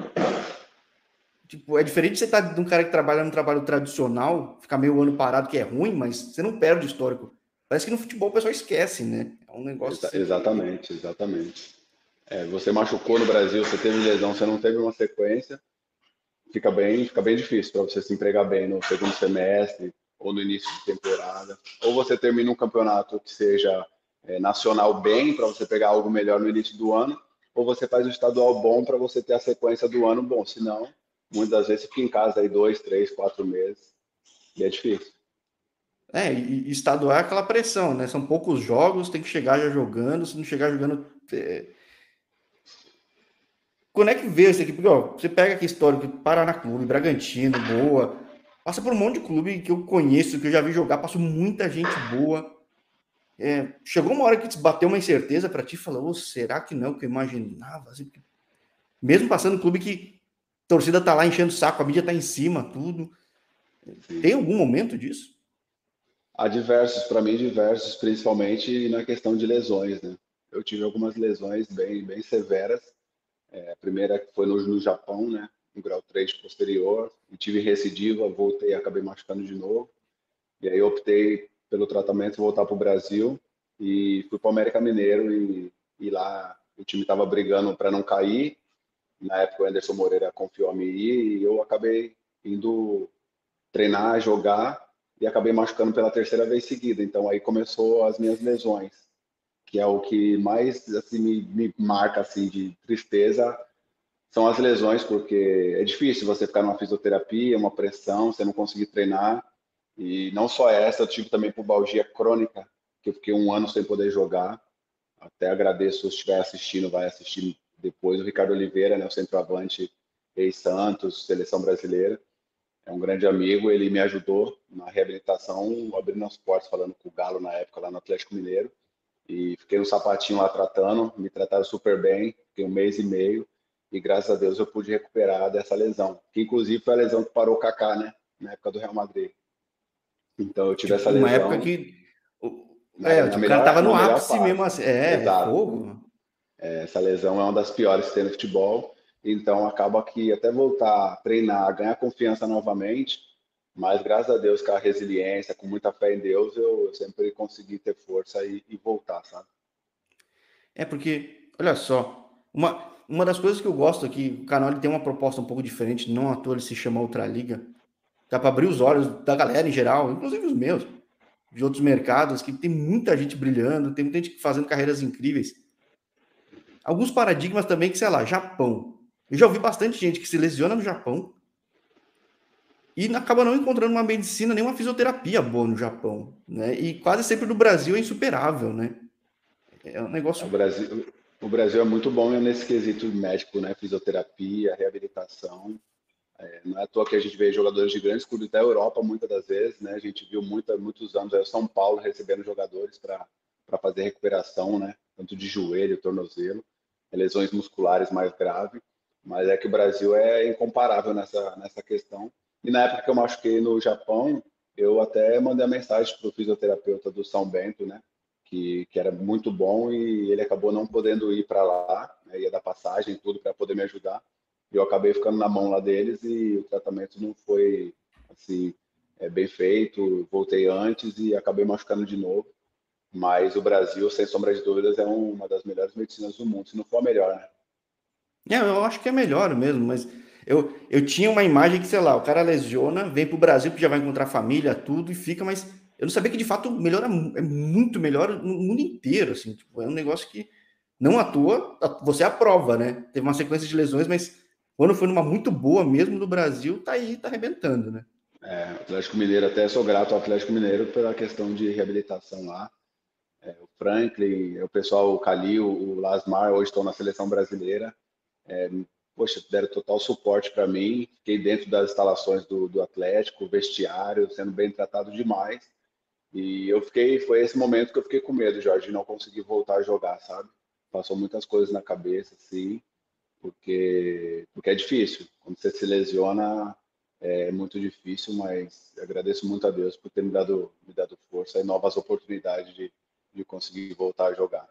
A: Tipo, é diferente de você estar de um cara que trabalha num trabalho tradicional, ficar meio ano parado, que é ruim, mas você não perde o histórico. Parece que no futebol o pessoal esquece, né? É um negócio
B: Exa
A: assim que.
B: exatamente, exatamente. É, você machucou no Brasil, você teve lesão, você não teve uma sequência, fica bem, fica bem difícil para você se empregar bem no segundo semestre ou no início de temporada, ou você termina um campeonato que seja é, nacional bem, para você pegar algo melhor no início do ano, ou você faz um estadual bom para você ter a sequência do ano bom, senão, muitas das vezes, fica em casa aí dois, três, quatro meses, e é difícil.
A: É, e, e estadual é aquela pressão, né? São poucos jogos, tem que chegar já jogando, se não chegar jogando. É... Quando é que vê esse aqui? Porque, ó, você pega aqui histórico, Paraná Clube, Bragantino, Boa, passa por um monte de clube que eu conheço, que eu já vi jogar, passou muita gente boa. É, chegou uma hora que te bateu uma incerteza para ti, falou, oh, será que não é o que eu imaginava? Assim, mesmo passando clube que a torcida tá lá enchendo o saco, a mídia tá em cima, tudo.
B: Sim.
A: Tem algum momento disso?
B: Há diversos, para mim, diversos, principalmente na questão de lesões, né? Eu tive algumas lesões bem, bem severas. É, a primeira foi no, no Japão, né? No grau três posterior. E tive recidiva, voltei e acabei machucando de novo. E aí optei pelo tratamento voltar para o Brasil e fui para o América Mineiro e, e lá o time estava brigando para não cair. Na época o Anderson Moreira confiou a mim ir e eu acabei indo treinar, jogar e acabei machucando pela terceira vez seguida. Então aí começou as minhas lesões, que é o que mais assim me, me marca assim de tristeza, são as lesões, porque é difícil você ficar numa fisioterapia, uma pressão, você não conseguir treinar. E não só essa, eu tive também pubalgia crônica, que eu fiquei um ano sem poder jogar. Até agradeço se estiver assistindo, vai assistir depois o Ricardo Oliveira, né, o centroavante ex-Santos, seleção brasileira. É um grande amigo, ele me ajudou na reabilitação, abrindo as portas, falando com o Galo na época, lá no Atlético Mineiro. E fiquei no sapatinho lá tratando, me trataram super bem, fiquei um mês e meio. E graças a Deus eu pude recuperar dessa lesão, que inclusive foi a lesão que parou o Kaká, né, na época do Real Madrid. Então eu tive essa
A: Tipo, uma época
B: lesão
A: que.
B: na,
A: É,
B: na
A: tipo, o cara
B: melhor,
A: tava
B: na
A: no
B: melhor
A: ápice
B: fase.
A: mesmo assim. É, é
B: Exato.
A: fogo.
B: Essa lesão é uma das piores que tem no futebol. Então acaba que até voltar a treinar, ganhar confiança novamente, mas graças a Deus com a resiliência, com muita fé em Deus, eu sempre consegui ter força e, e voltar, sabe?
A: É porque, olha só, uma, uma das coisas que eu gosto aqui, o canal ele tem uma proposta um pouco diferente, não à toa ele se chama Outra Liga. Dá para abrir os olhos da galera em geral, inclusive os meus, de outros mercados, que tem muita gente brilhando, tem muita gente fazendo carreiras incríveis. Alguns paradigmas também que, sei lá, Japão. Eu já ouvi bastante gente que se lesiona no Japão e acaba não encontrando uma medicina, nem uma fisioterapia boa no Japão, né? E quase sempre no Brasil é insuperável, né? É um
B: O
A: negócio.
B: Brasil, o Brasil é muito bom nesse quesito médico, né? Fisioterapia, reabilitação. É, não é à toa que a gente vê jogadores de grandes clubes da Europa, muitas das vezes, né? A gente viu muita, muitos anos aí, o São Paulo recebendo jogadores para fazer recuperação, né? Tanto de joelho, tornozelo, lesões musculares mais graves. Mas é que o Brasil é incomparável nessa, nessa questão. E na época que eu machuquei no Japão, eu até mandei a mensagem para o fisioterapeuta do São Bento, né? Que, que era muito bom e ele acabou não podendo ir para lá, né, ia dar passagem e tudo para poder me ajudar. E eu acabei ficando na mão lá deles e o tratamento não foi assim é, bem feito. Voltei antes e acabei machucando de novo. Mas o Brasil, sem sombra de dúvidas, é uma das melhores medicinas do mundo, se não for a melhor, né?
A: É, eu acho que é melhor mesmo, mas eu, eu tinha uma imagem que, sei lá, o cara lesiona, vem pro Brasil, que já vai encontrar família, tudo, e fica, mas eu não sabia que de fato melhora, é muito melhor no mundo inteiro, assim, tipo, é um negócio que não atua, você aprova, né? Teve uma sequência de lesões, mas quando foi numa muito boa mesmo do Brasil, tá aí, tá arrebentando, né?
B: É, o Atlético Mineiro, até sou grato ao Atlético Mineiro pela questão de reabilitação lá. É, o Franklin, o pessoal, o Calil, o Lasmar, hoje estão na seleção brasileira. É, poxa, deram total suporte para mim. Fiquei dentro das instalações do, do Atlético, vestiário, sendo bem tratado demais. E eu fiquei, foi esse momento que eu fiquei com medo, Jorge, de não conseguir voltar a jogar, sabe? Passou muitas coisas na cabeça, assim, porque, porque é difícil. Quando você se lesiona, é muito difícil, mas agradeço muito a Deus por ter me dado, me dado força e novas oportunidades de, de conseguir voltar a jogar.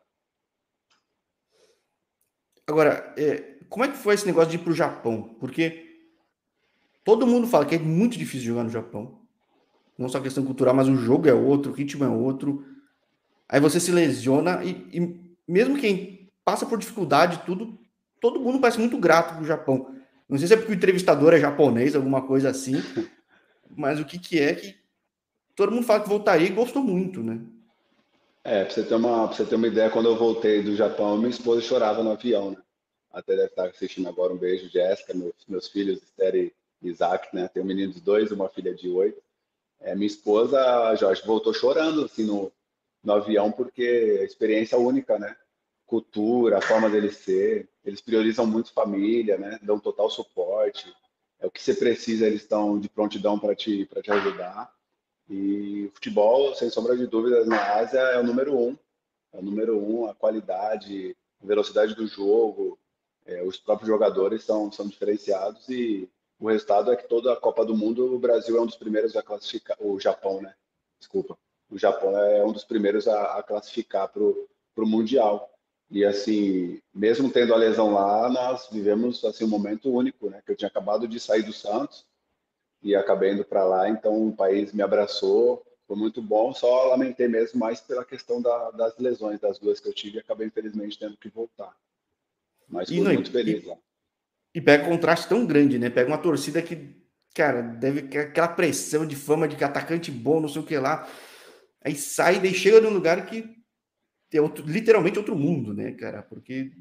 A: Agora, é, como é que foi esse negócio de ir pro Japão? Porque todo mundo fala que é muito difícil jogar no Japão. Não só a questão cultural, mas o jogo é outro, o ritmo é outro. Aí você se lesiona e, e mesmo quem passa por dificuldade, tudo, todo mundo parece muito grato pro Japão. Não sei se é porque o entrevistador é japonês, alguma coisa assim, mas o que que é que todo mundo fala que voltaria e gostou muito, né?
B: É, pra você ter uma, pra você ter uma ideia, quando eu voltei do Japão, minha esposa chorava no avião, né? Até deve estar assistindo agora. Um beijo, Jéssica, meus, meus filhos, Esther e Isaac, né? Tem um menino de dois, uma filha de oito. É, minha esposa, a Jorge, voltou chorando, assim, no, no avião, porque a experiência é única, né? Cultura, a forma deles ser, eles priorizam muito família, né? Dão total suporte. É o que você precisa, eles estão de prontidão para te, para te ajudar. E o futebol, sem sombra de dúvidas, na Ásia é o número um. É o número um, a qualidade, a velocidade do jogo, é, os próprios jogadores são, são diferenciados e o resultado é que toda a Copa do Mundo o Brasil é um dos primeiros a classificar, o Japão, né? Desculpa. O Japão é um dos primeiros a, a classificar para o Mundial. E assim, mesmo tendo a lesão lá, nós vivemos assim um momento único, né? Que eu tinha acabado de sair do Santos e acabei indo para lá, então o país me abraçou, foi muito bom, só lamentei mesmo mais pela questão da, das lesões, das duas que eu tive, e acabei infelizmente tendo que voltar, mas
A: E,
B: fui
A: não,
B: muito
A: e,
B: feliz lá.
A: e pega um contraste tão grande, né? Pega uma torcida que, cara, deve ter aquela pressão de fama de que atacante bom, não sei o que lá. Aí sai, daí chega num lugar que é outro, literalmente outro mundo, né, cara? Porque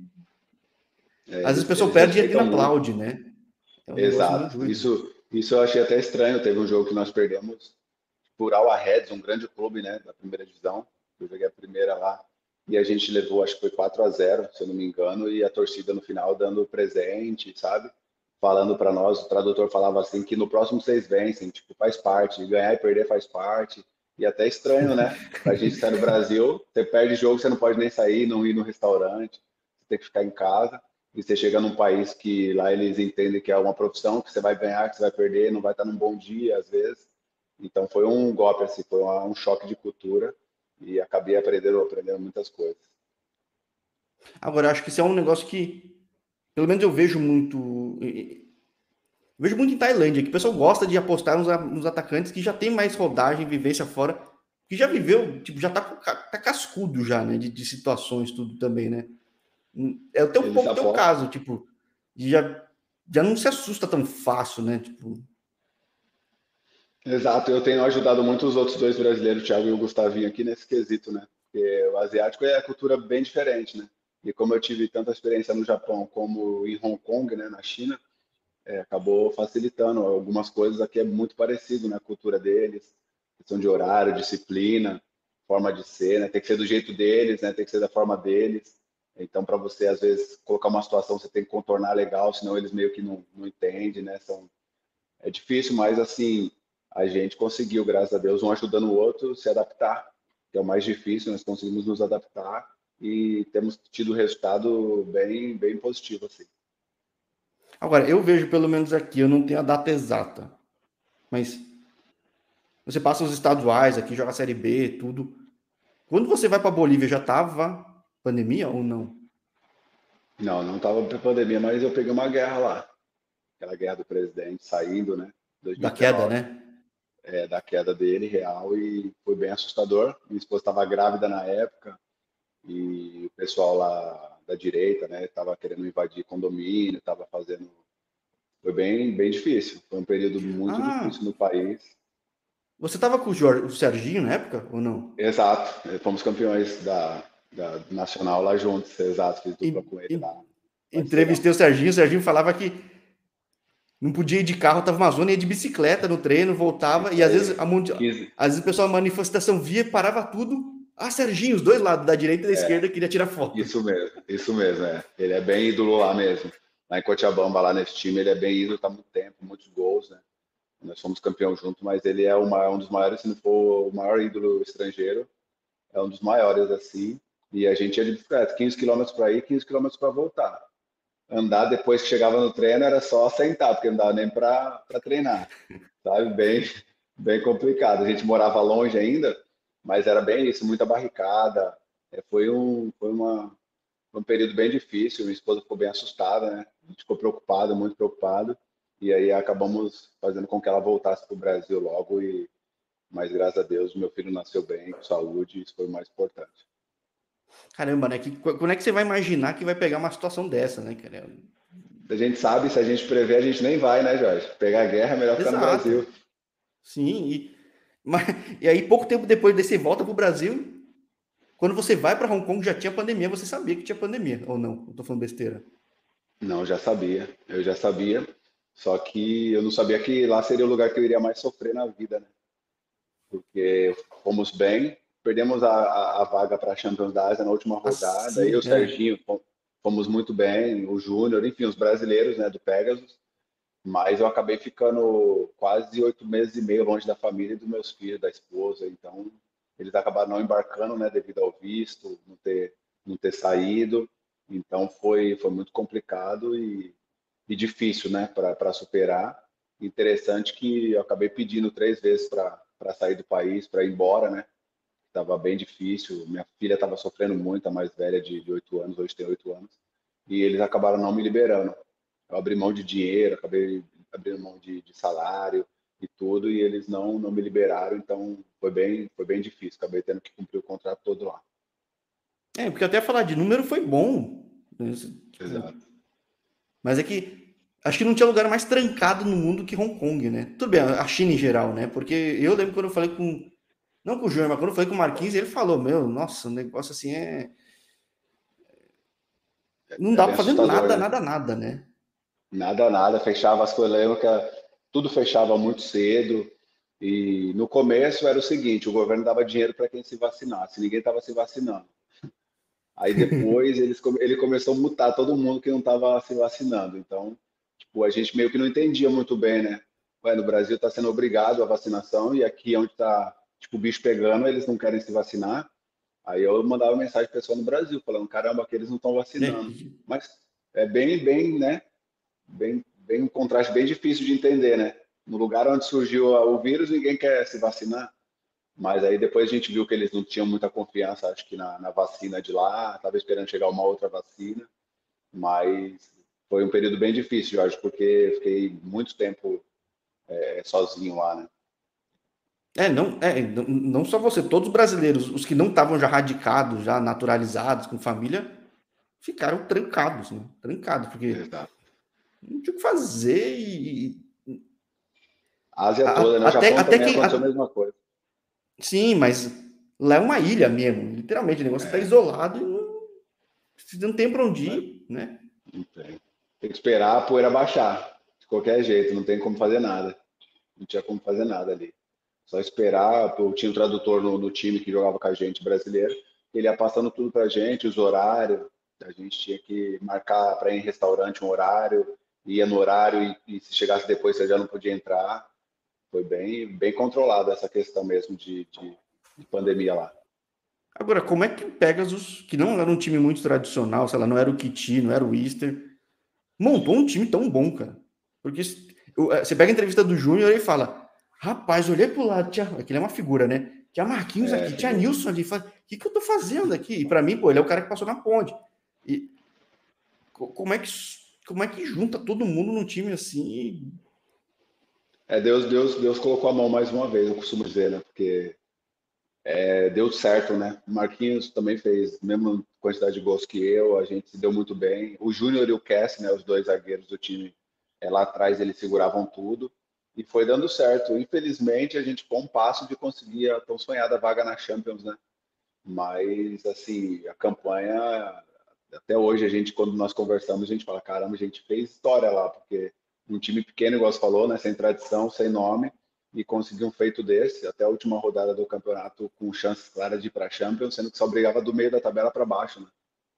B: É,
A: às vezes o
B: eles,
A: pessoal
B: eles
A: perde e não
B: respeitam muito,
A: aplaude, né? É um negócio meio
B: exato,
A: doido.
B: isso, isso eu achei até estranho, teve um jogo que nós perdemos por Al Ahly, um grande clube, né, da primeira divisão, eu joguei a primeira lá, e a gente levou, acho que foi quatro a zero, se eu não me engano, e a torcida no final dando presente, sabe? Falando para nós, o tradutor falava assim que no próximo vocês vencem, tipo, faz parte, ganhar e perder faz parte. E até estranho, né? Pra gente que tá no Brasil, você perde jogo, você não pode nem sair, não ir no restaurante, você tem que ficar em casa. E você chega num país que lá eles entendem que é uma profissão, que você vai ganhar, que você vai perder, não vai estar num bom dia às vezes. Então foi um golpe assim, foi um choque de cultura e acabei aprendendo, aprendendo muitas coisas.
A: Agora, eu acho que isso é um negócio que, pelo menos eu vejo muito. Eu vejo muito em Tailândia, que o pessoal gosta de apostar nos, nos atacantes que já tem mais rodagem, vivência fora, que já viveu, tipo, já tá, tá cascudo já, né? De, de situações, tudo também, né? É até um
B: Eles
A: pouco o teu
B: apostam.
A: caso, tipo, de já, já não se assusta tão fácil, né? Tipo,
B: Exato, eu tenho ajudado muito os outros dois brasileiros, o Thiago e o Gustavinho, aqui nesse quesito, né? Porque o asiático é a cultura bem diferente, né? E como eu tive tanta experiência no Japão como em Hong Kong, né, na China, é, acabou facilitando. Algumas coisas aqui é muito parecido na cultura deles, questão de horário, disciplina, forma de ser, né? Tem que ser do jeito deles, né? Tem que ser da forma deles. Então, para você, às vezes, colocar uma situação, você tem que contornar legal, senão eles meio que não, não entendem, né? São é difícil, mas assim, a gente conseguiu, graças a Deus, um ajudando o outro se adaptar, que é o mais difícil, nós conseguimos nos adaptar e temos tido resultado bem, bem positivo, assim.
A: agora, eu vejo pelo menos aqui, eu não tenho a data exata, mas você passa os estaduais aqui, joga a Série B, tudo. Quando você vai para Bolívia, já tava pandemia ou não?
B: Não, não estava para pandemia, mas eu peguei uma guerra lá, aquela guerra do presidente saindo, né,
A: Da queda,
B: dois mil e dezenove,
A: né?
B: é, da queda dele real e foi bem assustador. Minha esposa estava grávida na época e o pessoal lá da direita, né, estava querendo invadir condomínio, estava fazendo. Foi bem, bem difícil. Foi um período muito
A: Ah,
B: difícil no país.
A: você tava com o, Jorge, o Serginho na época ou não?
B: Exato. Eh, Fomos campeões da, da Nacional lá juntos. Exato. Fiz dupla
A: E,
B: com ele lá.
A: e,
B: Parceirão.
A: entrevistei o Serginho, o Serginho falava que não podia ir de carro, tava uma zona, ia de bicicleta no treino, voltava, e
B: Isso
A: às vezes,
B: aí.
A: a, mundi-
B: quinze.
A: às vezes o pessoal, a manifestação via, parava tudo. Ah, Serginho, os dois lados, da direita e da esquerda, queria tirar foto.
B: Isso mesmo. Isso mesmo, é. Ele é bem ídolo lá mesmo. Lá em Cochabamba, lá nesse time, ele é bem ídolo, tá há muito tempo, muitos gols, né? Nós fomos campeão junto, mas ele é uma, um dos maiores, se não for o maior ídolo estrangeiro, é um dos maiores, assim. E a gente ia de bicicleta, quinze quilômetros para ir, quinze quilômetros para voltar. Andar depois que chegava no treino era só sentar, porque não dava nem para treinar, sabe? Bem, bem complicado. A gente morava longe ainda, mas era bem isso, muita barricada. É, foi um, foi uma, um período bem difícil. Minha esposa ficou bem assustada, né? A gente ficou preocupado, muito preocupado. E aí acabamos fazendo com que ela voltasse para o Brasil logo. E, mas graças a Deus, meu filho nasceu bem, com saúde, isso foi o mais importante.
A: Caramba, né? Que, quando é que você vai imaginar que vai pegar uma situação dessa, né, cara?
B: Se a gente sabe, se a gente prevê, a gente nem vai, né, Jorge? Pegar a guerra é melhor ficar no
A: Exato.
B: Brasil.
A: Sim, Mas, e aí, pouco tempo depois desse volta para o Brasil, quando você vai para Hong Kong já tinha pandemia, você sabia que tinha pandemia, ou não? Eu tô falando besteira.
B: Não, já sabia. Eu já sabia. Só que eu não sabia que lá seria o lugar que eu iria mais sofrer na vida, né? Porque fomos bem, perdemos a, a, a vaga para a Champions da Ásia na última rodada, aí
A: Assim,
B: o
A: é.
B: Serginho fomos muito bem, o Júnior, enfim, os brasileiros, né, do Pegasus, mas eu acabei ficando quase oito meses e meio longe da família e dos meus filhos, da esposa, então eles acabaram não embarcando, né, devido ao visto, não ter, não ter saído, então foi, foi muito complicado e, e difícil, né, para superar. Interessante que eu acabei pedindo três vezes para sair do país, para ir embora, né? Estava bem difícil. Minha filha estava sofrendo muito, a mais velha de, de oito anos, hoje tem oito anos, e eles acabaram não me liberando. Eu abri mão de dinheiro, acabei abrindo mão de, de salário e tudo, e eles não, não me liberaram, então foi bem, foi bem difícil. Acabei tendo que cumprir o contrato todo lá.
A: É, porque até falar de número foi bom. Né? Tipo,
B: Exato.
A: mas é que acho que não tinha lugar mais trancado no mundo que Hong Kong, né? Tudo bem, a China em geral, né? Porque eu lembro quando eu falei com. Não com o Júnior, mas quando eu falei com o Marquinhos, ele falou: Meu, nossa, o negócio assim é. Não
B: É
A: dá
B: bem
A: pra fazer
B: assustador,
A: nada,
B: né?
A: nada, nada, né?
B: Nada, nada, fechava as coisas, lembro que tudo fechava muito cedo. E no começo era o seguinte, o governo dava dinheiro para quem se vacinasse, ninguém estava se vacinando. Aí depois eles, come- ele começou a mutar todo mundo que não estava se vacinando. Então, tipo, a gente meio que não entendia muito bem, né? Ué, no Brasil está sendo obrigado a vacinação e aqui onde está, tipo, o bicho pegando, eles não querem se vacinar. Aí eu mandava mensagem para pessoal no Brasil, falando, caramba, aqui eles não estão
A: É,
B: vacinando. Mas é bem, bem, né? Bem, bem um contraste bem difícil de entender, né? No lugar onde surgiu o vírus, ninguém quer se vacinar. Mas aí depois a gente viu que eles não tinham muita confiança, acho que na, na vacina de lá, estava esperando chegar uma outra vacina, mas foi um período bem difícil, Jorge, porque fiquei muito tempo é, sozinho lá, né?
A: é, não, é, não não só você, todos os brasileiros, os que não estavam já radicados, já naturalizados, com família, ficaram trancados, né? Trancados, porque
B: Exato.
A: não tinha o que fazer e.
B: A Ásia toda,
A: a-
B: né? O
A: até,
B: Japão
A: até
B: também
A: quem.
B: aconteceu a
A: a-
B: mesma coisa.
A: sim, mas lá é uma ilha mesmo, literalmente, o negócio está
B: É,
A: isolado e não, não tem para onde
B: né?
A: ir, né?
B: Não tem. Tem que esperar a poeira baixar, de qualquer jeito, não tem como fazer nada. Não tinha como fazer nada ali. Só esperar, eu tinha um tradutor no, no time que jogava com a gente brasileiro, ele ia passando tudo pra gente, os horários, a gente tinha que marcar para ir em restaurante um horário, ia no horário e, e se chegasse depois você já não podia entrar. Foi bem, bem controlada essa questão mesmo de, de, de pandemia lá.
A: Agora, como é que o Pegasus, que não era um time muito tradicional, sei lá, não era o Kiti, não era o Easter, montou um time tão bom, cara? Porque você pega a entrevista do Júnior e fala: Rapaz, olhei pro lado, tinha, aquele é uma figura, né? Tinha Marquinhos
B: É,
A: aqui, tinha
B: figura.
A: Nilson ali. O que, que eu tô fazendo aqui? E pra mim, pô, ele é o cara que passou na ponte. E como é que, como é que junta todo mundo num time assim?
B: É, Deus, Deus, Deus colocou a mão mais uma vez, eu costumo dizer, né? Porque é, deu certo, né? O Marquinhos também fez a mesma quantidade de gols que eu, a gente se deu muito bem. O Júnior e o Cass, né? Os dois zagueiros do time, é, lá atrás eles seguravam tudo e foi dando certo. Infelizmente, a gente ficou um passo de conseguir a tão sonhada vaga na Champions, né? Mas, assim, a campanha, até hoje, a gente, quando nós conversamos, a gente fala: caramba, a gente fez história lá, porque um time pequeno, igual você falou, né? Sem tradição, sem nome e conseguir um feito desse, até a última rodada do campeonato com chances claras de ir para a Champions, sendo que só brigava do meio da tabela para baixo, né?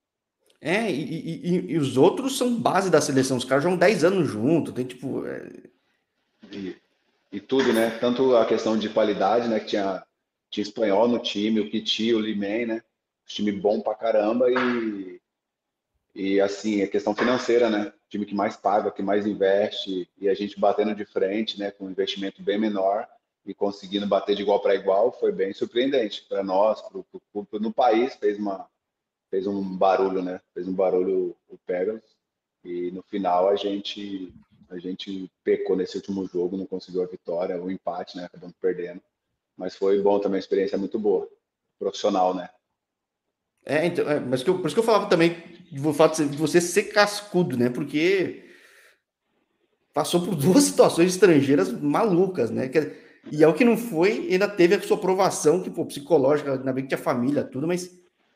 A: É, e, e, e, e os outros são base da seleção. Os caras jogam dez anos junto. Tem tipo. É,
B: E, e tudo, né? Tanto a questão de qualidade, né? Que tinha, tinha espanhol no time, o Piti, o Limen, né? Time bom pra caramba e, e assim, a questão financeira, né? O time que mais paga, que mais investe e a gente batendo de frente, né? Com um investimento bem menor e conseguindo bater de igual para igual foi bem surpreendente para nós, pro, pro, pro, no país fez uma fez um barulho, né? Fez um barulho o Pegasus e no final a gente a gente pecou nesse último jogo, não conseguiu a vitória, o empate, né? Acabamos perdendo, mas foi bom também, a experiência é muito boa, profissional, né?
A: é, então, é, mas que eu, por isso que eu falava também do fato de você ser cascudo, né? Porque passou por duas situações estrangeiras malucas, né? E é o que não foi, ainda teve a sua aprovação, que, pô, psicológica, ainda bem que tinha família, tudo, mas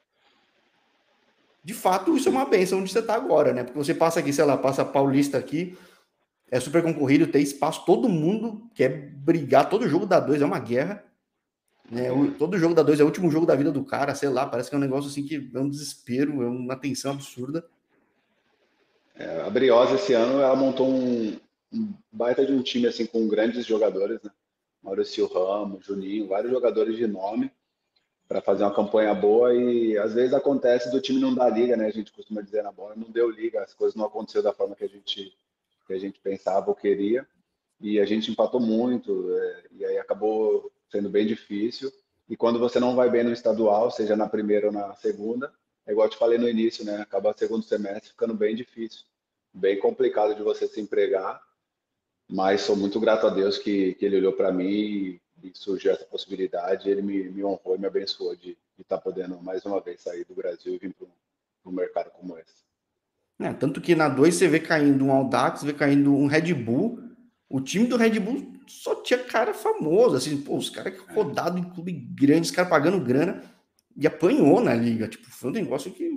A: de fato isso é uma benção onde você está agora, né? Porque você passa aqui, sei lá, passa Paulista aqui, é super concorrido, tem espaço, todo mundo quer brigar, todo jogo da dois é uma guerra, né? O, todo jogo da dois é o último jogo da vida do cara, sei lá, parece que é um negócio assim que é um desespero, é uma tensão absurda.
B: É, a Briosa esse ano ela montou um, um baita de um time assim com grandes jogadores, né? Maurício Ramos, Juninho, vários jogadores de nome para fazer uma campanha boa e às vezes acontece do time não dar liga, né? A gente costuma dizer na bola, não deu liga, as coisas não aconteceram da forma que a gente que a gente pensava ou queria e a gente empatou muito é, e aí acabou sendo bem difícil. E quando você não vai bem no estadual, seja na primeira ou na segunda, é igual eu te falei no início, né? Acaba o segundo semestre ficando bem difícil, bem complicado de você se empregar, mas sou muito grato a Deus que, que ele olhou para mim e, e surgiu essa possibilidade. Ele me, me honrou e me abençoou de estar podendo mais uma vez sair do Brasil e vir para um mercado como esse.
A: É, tanto que na dois você vê caindo um Audax, vê caindo um Red Bull. O time do Red Bull só tinha cara famoso, assim, pô, os caras que
B: É,
A: rodaram em clube grande, os caras pagando grana e apanhou na liga. Tipo, foi um negócio que.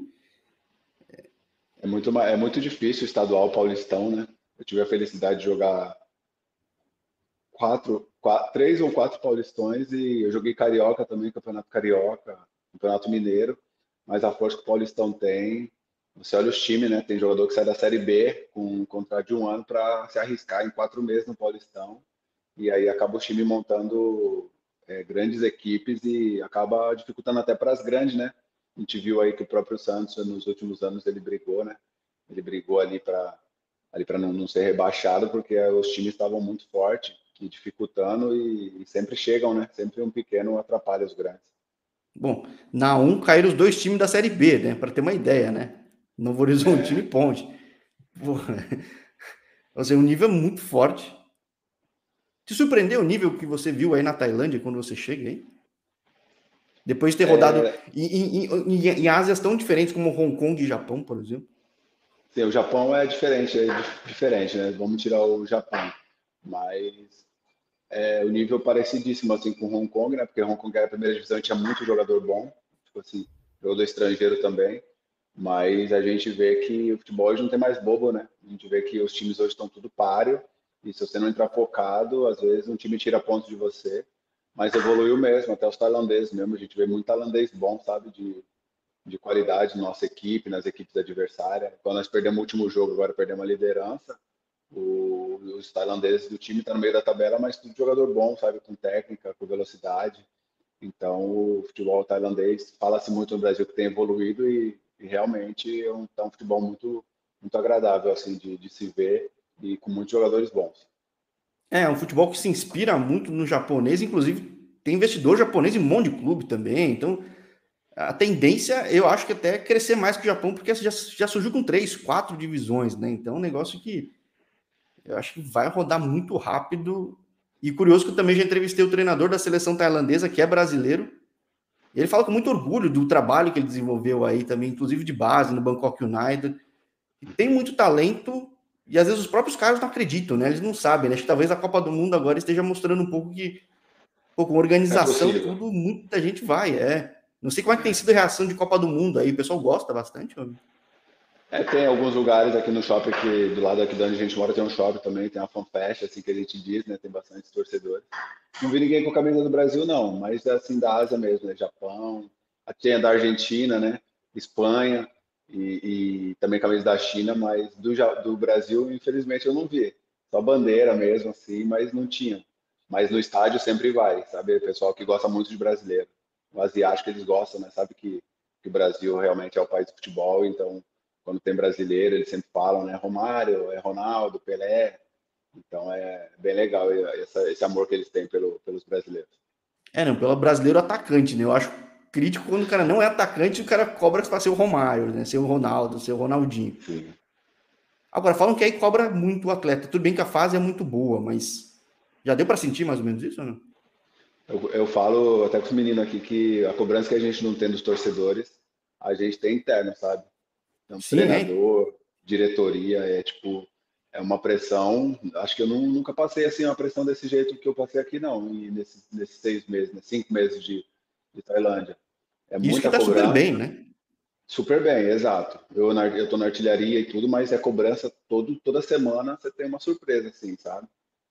B: é muito, ma- é muito difícil o estadual paulistão, né? Eu tive a felicidade de jogar quatro, quatro, três ou quatro paulistões e eu joguei carioca também, campeonato carioca, campeonato mineiro, mas a força que o paulistão tem, você olha os times, né? Tem jogador que sai da série B com um contrato de um ano para se arriscar em quatro meses no paulistão e aí acaba o time montando é, grandes equipes e acaba dificultando até para as grandes, né? A gente viu aí que o próprio Santos nos últimos anos ele brigou, né? Ele brigou ali para ali para não, não ser rebaixado, porque os times estavam muito fortes e dificultando e, e sempre chegam, né? Sempre um pequeno atrapalha os grandes.
A: Bom, na um caíram os dois times da Série B, né? Para ter uma ideia, né? Novo Horizontino e
B: É,
A: Ponte. Pô, ou seja, um nível muito forte. Te surpreendeu o nível que você viu aí na Tailândia quando você chega aí? Depois de ter rodado
B: é,
A: em, em, em, em Ásias tão diferentes como Hong Kong e Japão, por exemplo.
B: sim, o Japão é diferente, é dif- diferente, né? Vamos tirar o Japão, mas é, o nível parecidíssimo assim com Hong Kong, né? Porque Hong Kong era a primeira divisão e tinha muito jogador bom, tipo assim, jogador estrangeiro também. Mas a gente vê que o futebol hoje não tem mais bobo, né? A gente vê que os times hoje estão tudo páreo e se você não entrar focado, às vezes um time tira pontos de você. Mas evoluiu mesmo, até os tailandeses mesmo. A gente vê muito tailandês bom, sabe? De, de qualidade na nossa equipe, nas equipes adversárias. Quando nós perdemos o último jogo, agora perdemos a liderança. O, os tailandeses do time estão no meio da tabela, mas tudo jogador bom, sabe? Com técnica, com velocidade. Então, o futebol tailandês fala-se muito no Brasil que tem evoluído e, e realmente é um, tá um futebol muito, muito agradável assim de, de se ver e com muitos jogadores bons.
A: É, um futebol que se inspira muito no japonês, inclusive tem investidor japonês em um monte de clube também. Então, a tendência, eu acho que até é crescer mais que o Japão, porque já, já surgiu com três, quatro divisões, né? Então, é um negócio que eu acho que vai rodar muito rápido. E curioso que eu também já entrevistei o treinador da seleção tailandesa, que é brasileiro. E ele fala com muito orgulho do trabalho que ele desenvolveu aí também, inclusive de base no Bangkok United. E tem muito talento e às vezes os próprios caras não acreditam, né? Eles não sabem, né? Acho que talvez a Copa do Mundo agora esteja mostrando um pouco que, pô, com
B: É
A: organização,
B: possível.
A: tudo, muita gente vai, é. Não sei como é que tem sido a reação de Copa do Mundo aí, o pessoal gosta bastante, homem.
B: É, tem alguns lugares aqui no shopping que do lado aqui de onde a gente mora tem um shopping também, tem uma fanfest, assim que a gente diz, né? Tem bastante torcedores. Não vi ninguém com camisa do Brasil, não, mas assim da Ásia mesmo, né? Japão, tem a da Argentina, né? Espanha e, e também camisa da China, mas do, Ja- do Brasil, infelizmente, eu não vi. Só bandeira mesmo, assim, mas não tinha. Mas no estádio sempre vai, sabe? O pessoal que gosta muito de brasileiro. O asiático eles gostam, né? Sabe que, que o Brasil realmente é o país do futebol, então quando tem brasileiro, eles sempre falam, né? Romário, é Ronaldo, Pelé. Então é bem legal essa, esse amor que eles têm pelo, pelos brasileiros.
A: É, não, pelo brasileiro atacante, né? Eu acho crítico quando o cara não é atacante e o cara cobra para ser o Romário, né? Ser o Ronaldo, ser o Ronaldinho.
B: Sim.
A: Agora, falam que aí cobra muito o atleta. Tudo bem que a fase é muito boa, mas já deu para sentir mais ou menos isso ou não?
B: Eu, eu falo até com os meninos aqui que a cobrança que a gente não tem dos torcedores, a gente tem interno, sabe? Então,
A: Sim, é.
B: treinador, diretoria, é tipo. é uma pressão, acho que eu não, nunca passei assim uma pressão desse jeito que eu passei aqui, não, e nesses, nesses seis meses, né, cinco meses de, de Tailândia. É
A: Isso que
B: muita
A: tá super bem,
B: cobrança,
A: né?
B: super bem, exato. Eu, na, eu tô na artilharia e tudo, mas é cobrança todo, toda semana você tem uma surpresa, assim, sabe?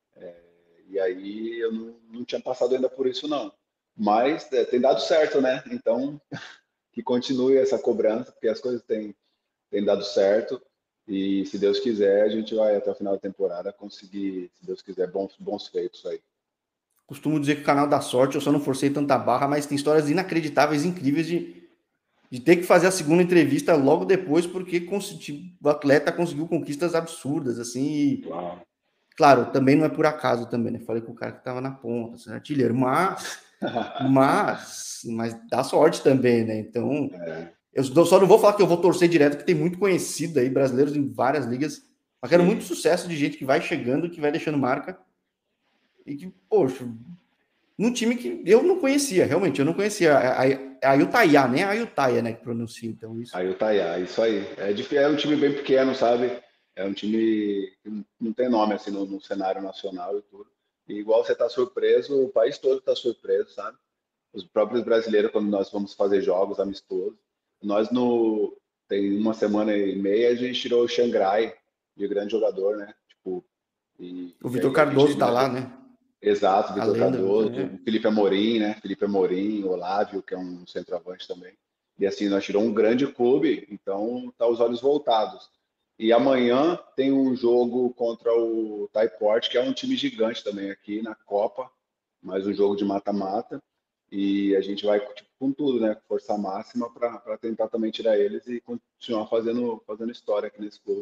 B: E aí eu não, não tinha passado ainda por isso, não. Mas é, tem dado certo, né? Então, que continue essa cobrança, porque as coisas têm, têm dado certo. E se Deus quiser, a gente vai até o final da temporada conseguir, se Deus quiser, bons, bons feitos aí.
A: Costumo dizer que o canal da sorte, eu só não forcei tanta barra, mas tem histórias inacreditáveis, incríveis de, de ter que fazer a segunda entrevista logo depois, porque o atleta conseguiu conquistas absurdas, assim, e,
B: Uau.
A: claro, também não é por acaso também, né? Falei com o cara que estava na ponta, assim, artilheiro, mas, mas, mas dá sorte também, né? Então,
B: É,
A: eu só não vou falar que eu vou torcer direto, que tem muito conhecido aí, brasileiros em várias ligas, mas quero muito
B: sim.
A: sucesso de gente que vai chegando, que vai deixando marca, e que, poxa, num time que eu não conhecia, realmente, eu não conhecia. A, a, a Ayutthaya, né? A Ayutthaya, né, que pronuncia, então isso.
B: Aí o Taiá, isso aí. É, difí- é um time bem pequeno, sabe? É um time que não tem nome assim no, no cenário nacional e tudo. E igual você está surpreso, o país todo está surpreso, sabe? Os próprios brasileiros, quando nós vamos fazer jogos amistosos, nós no tem uma semana e meia a gente tirou o Xangrai de grande jogador, né? Tipo, e,
A: O
B: e
A: Vitor
B: aí a gente
A: Cardoso tá lá, né?
B: exato,
A: A
B: Vitor
A: lenda.
B: Cardoso,
A: É.
B: o Felipe Amorim, né? Felipe Amorim, o Olávio, que é um centroavante também. E assim, nós tiramos um grande clube, então tá os olhos voltados. E amanhã tem um jogo contra o Taiport, que é um time gigante também aqui na Copa, mais um jogo de mata-mata. E a gente vai tipo, com tudo, né? Força máxima para tentar também tirar eles e continuar fazendo, fazendo história aqui nesse clube.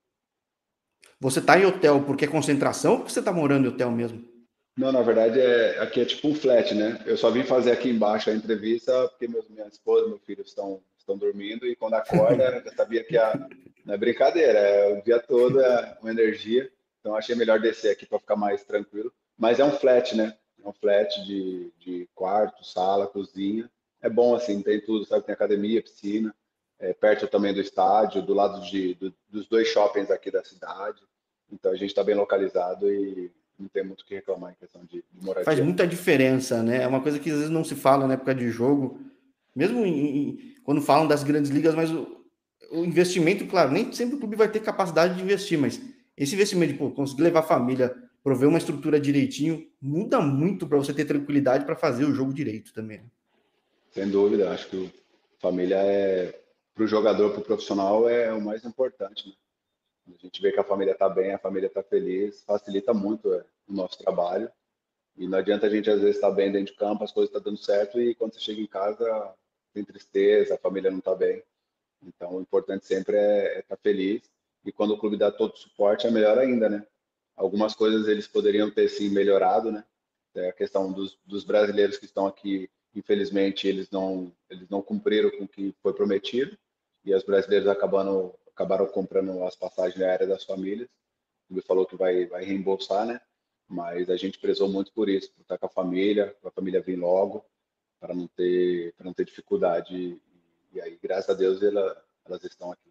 A: Você tá em hotel porque é concentração ou porque você tá morando em hotel mesmo?
B: Não, na verdade, é, aqui é tipo um flat, né? Eu só vim fazer aqui embaixo a entrevista porque meus, minha esposa e meu filho estão, estão dormindo e quando acorda, eu sabia que a, não é brincadeira, é o dia todo é uma energia. Então, achei melhor descer aqui para ficar mais tranquilo. Mas é um flat, né? É um flat de, de quarto, sala, cozinha. É bom, assim, tem tudo, sabe? Tem academia, piscina, é, perto também do estádio, do lado de, do, dos dois shoppings aqui da cidade. Então, a gente está bem localizado e não tem muito o que reclamar em questão de, de
A: Faz
B: moradia, não.
A: muita diferença, né? É uma coisa que às vezes não se fala na época de jogo, mesmo em, em, quando falam das grandes ligas, mas o, o investimento, claro, nem sempre o clube vai ter capacidade de investir, mas esse investimento de pô, conseguir levar a família, prover uma estrutura direitinho, muda muito para você ter tranquilidade para fazer o jogo direito também. Né?
B: Sem dúvida, acho que o, família é, para o jogador, para o profissional, é o mais importante, né? A gente vê que a família está bem, a família está feliz, facilita muito é, o nosso trabalho. E não adianta a gente, às vezes, estar tá bem dentro de campo, as coisas estão tá dando certo, e quando você chega em casa, tem tristeza, a família não está bem. Então, o importante sempre é estar tá feliz. E quando o clube dá todo o suporte, é melhor ainda, né? Algumas coisas eles poderiam ter, sim, melhorado, né? É a questão dos, dos brasileiros que estão aqui, infelizmente, eles não, eles não cumpriram com o que foi prometido. E os brasileiros acabaram, acabaram comprando as passagens aéreas das famílias. Ele falou que vai, vai reembolsar, né? Mas a gente prezou muito por isso, por estar com a família, para a família vir logo, para não ter, para não ter dificuldade. E aí, graças a Deus, ela, elas estão aqui.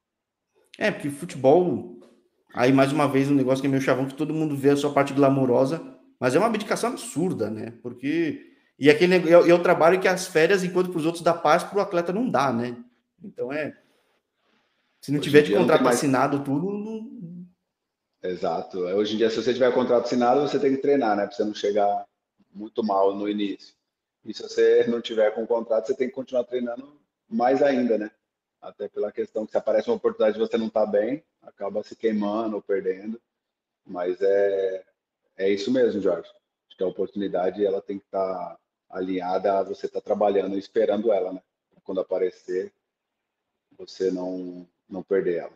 A: É, porque futebol, aí mais uma vez um negócio que é meio chavão, que todo mundo vê a sua parte glamurosa, mas é uma abdicação absurda, né? Porque. E aquele e é o trabalho que as férias, enquanto para os outros dá paz, para o atleta não dá, né? Então é. Se não
B: Hoje em
A: tiver de
B: dia não tem
A: contrato
B: mais.
A: assinado, tudo. Não...
B: Exato. Hoje em dia, se você tiver contrato assinado, você tem que treinar, né? Para você não chegar muito mal no início. E se você não tiver com contrato, você tem que continuar treinando mais ainda, né? Até pela questão que se aparece uma oportunidade e você não está bem, acaba se queimando ou perdendo. Mas é, é isso mesmo, Jorge. Acho que a oportunidade ela tem que estar alinhada a você estar trabalhando e esperando ela, né? Quando aparecer, você não, não perder ela.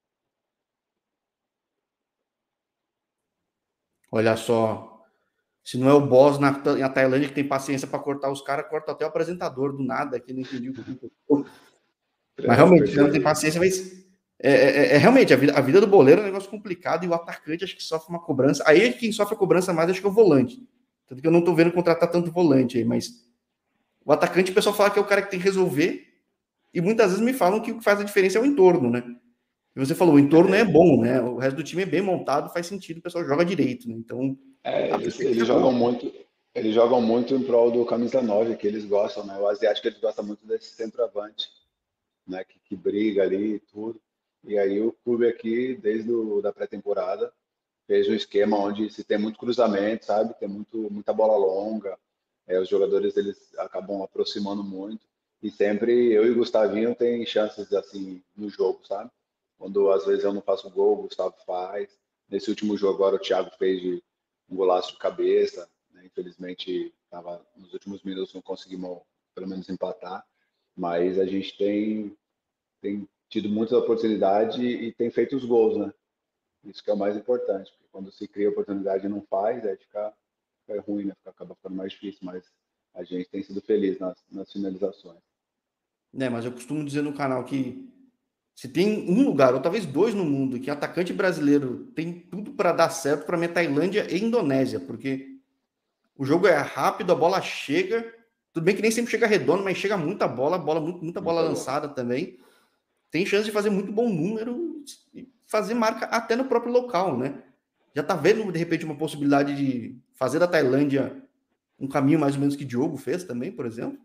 A: Olha só. Se não é o boss na, na Tailândia que tem paciência para cortar os caras, corta até o apresentador do nada, que não entendi o que. Mas
B: É,
A: realmente, não tem
B: percebi.
A: paciência, mas é, é, é realmente a vida, a vida do boleiro é um negócio complicado e o atacante acho que sofre uma cobrança. Aí quem sofre a cobrança mais acho que é o volante. Tanto que eu não tô vendo contratar tanto volante aí, mas o atacante o pessoal fala que é o cara que tem que resolver e muitas vezes me falam que o que faz a diferença é o entorno, né? E você falou, o entorno é bom, né? O resto do time é bem montado, faz sentido, o pessoal joga direito, né? Então,
B: É,
A: a
B: eles,
A: perspectiva
B: eles
A: é
B: jogam
A: boa.
B: muito, eles jogam muito em prol do camisa nove que eles gostam, né? O asiático eles gostam muito desse centroavante, né? Que, que briga ali e tudo. E aí o clube aqui, desde o, da pré-temporada, fez um esquema onde se tem muito cruzamento, sabe? Tem muito, muita bola longa. É, os jogadores eles acabam aproximando muito e sempre eu e o Gustavinho tem chances assim no jogo, sabe? Quando às vezes eu não faço gol, o Gustavo faz. Nesse último jogo agora o Thiago fez de um golaço de cabeça, né? Infelizmente tava nos últimos minutos não conseguimos pelo menos empatar, mas a gente tem tem tido muitas oportunidades e tem feito os gols, né? Isso que é o mais importante, porque quando se cria oportunidade e não faz, aí fica, fica ruim, né? Fica, acaba ficando mais difícil, mas a gente tem sido feliz nas, nas finalizações.
A: Né, mas eu costumo dizer no canal que se tem um lugar, ou talvez dois no mundo, que atacante brasileiro tem tudo para dar certo, para mim é Tailândia e Indonésia, porque o jogo é rápido, a bola chega, tudo bem que nem sempre chega redondo, mas chega muita bola, bola muito, muita bola
B: Muita bola.
A: lançada também. Tem chance de fazer muito bom número e fazer marca até no próprio local, né? Já tá vendo, de repente, uma possibilidade de fazer da Tailândia um caminho mais ou menos que Diogo fez também, por exemplo?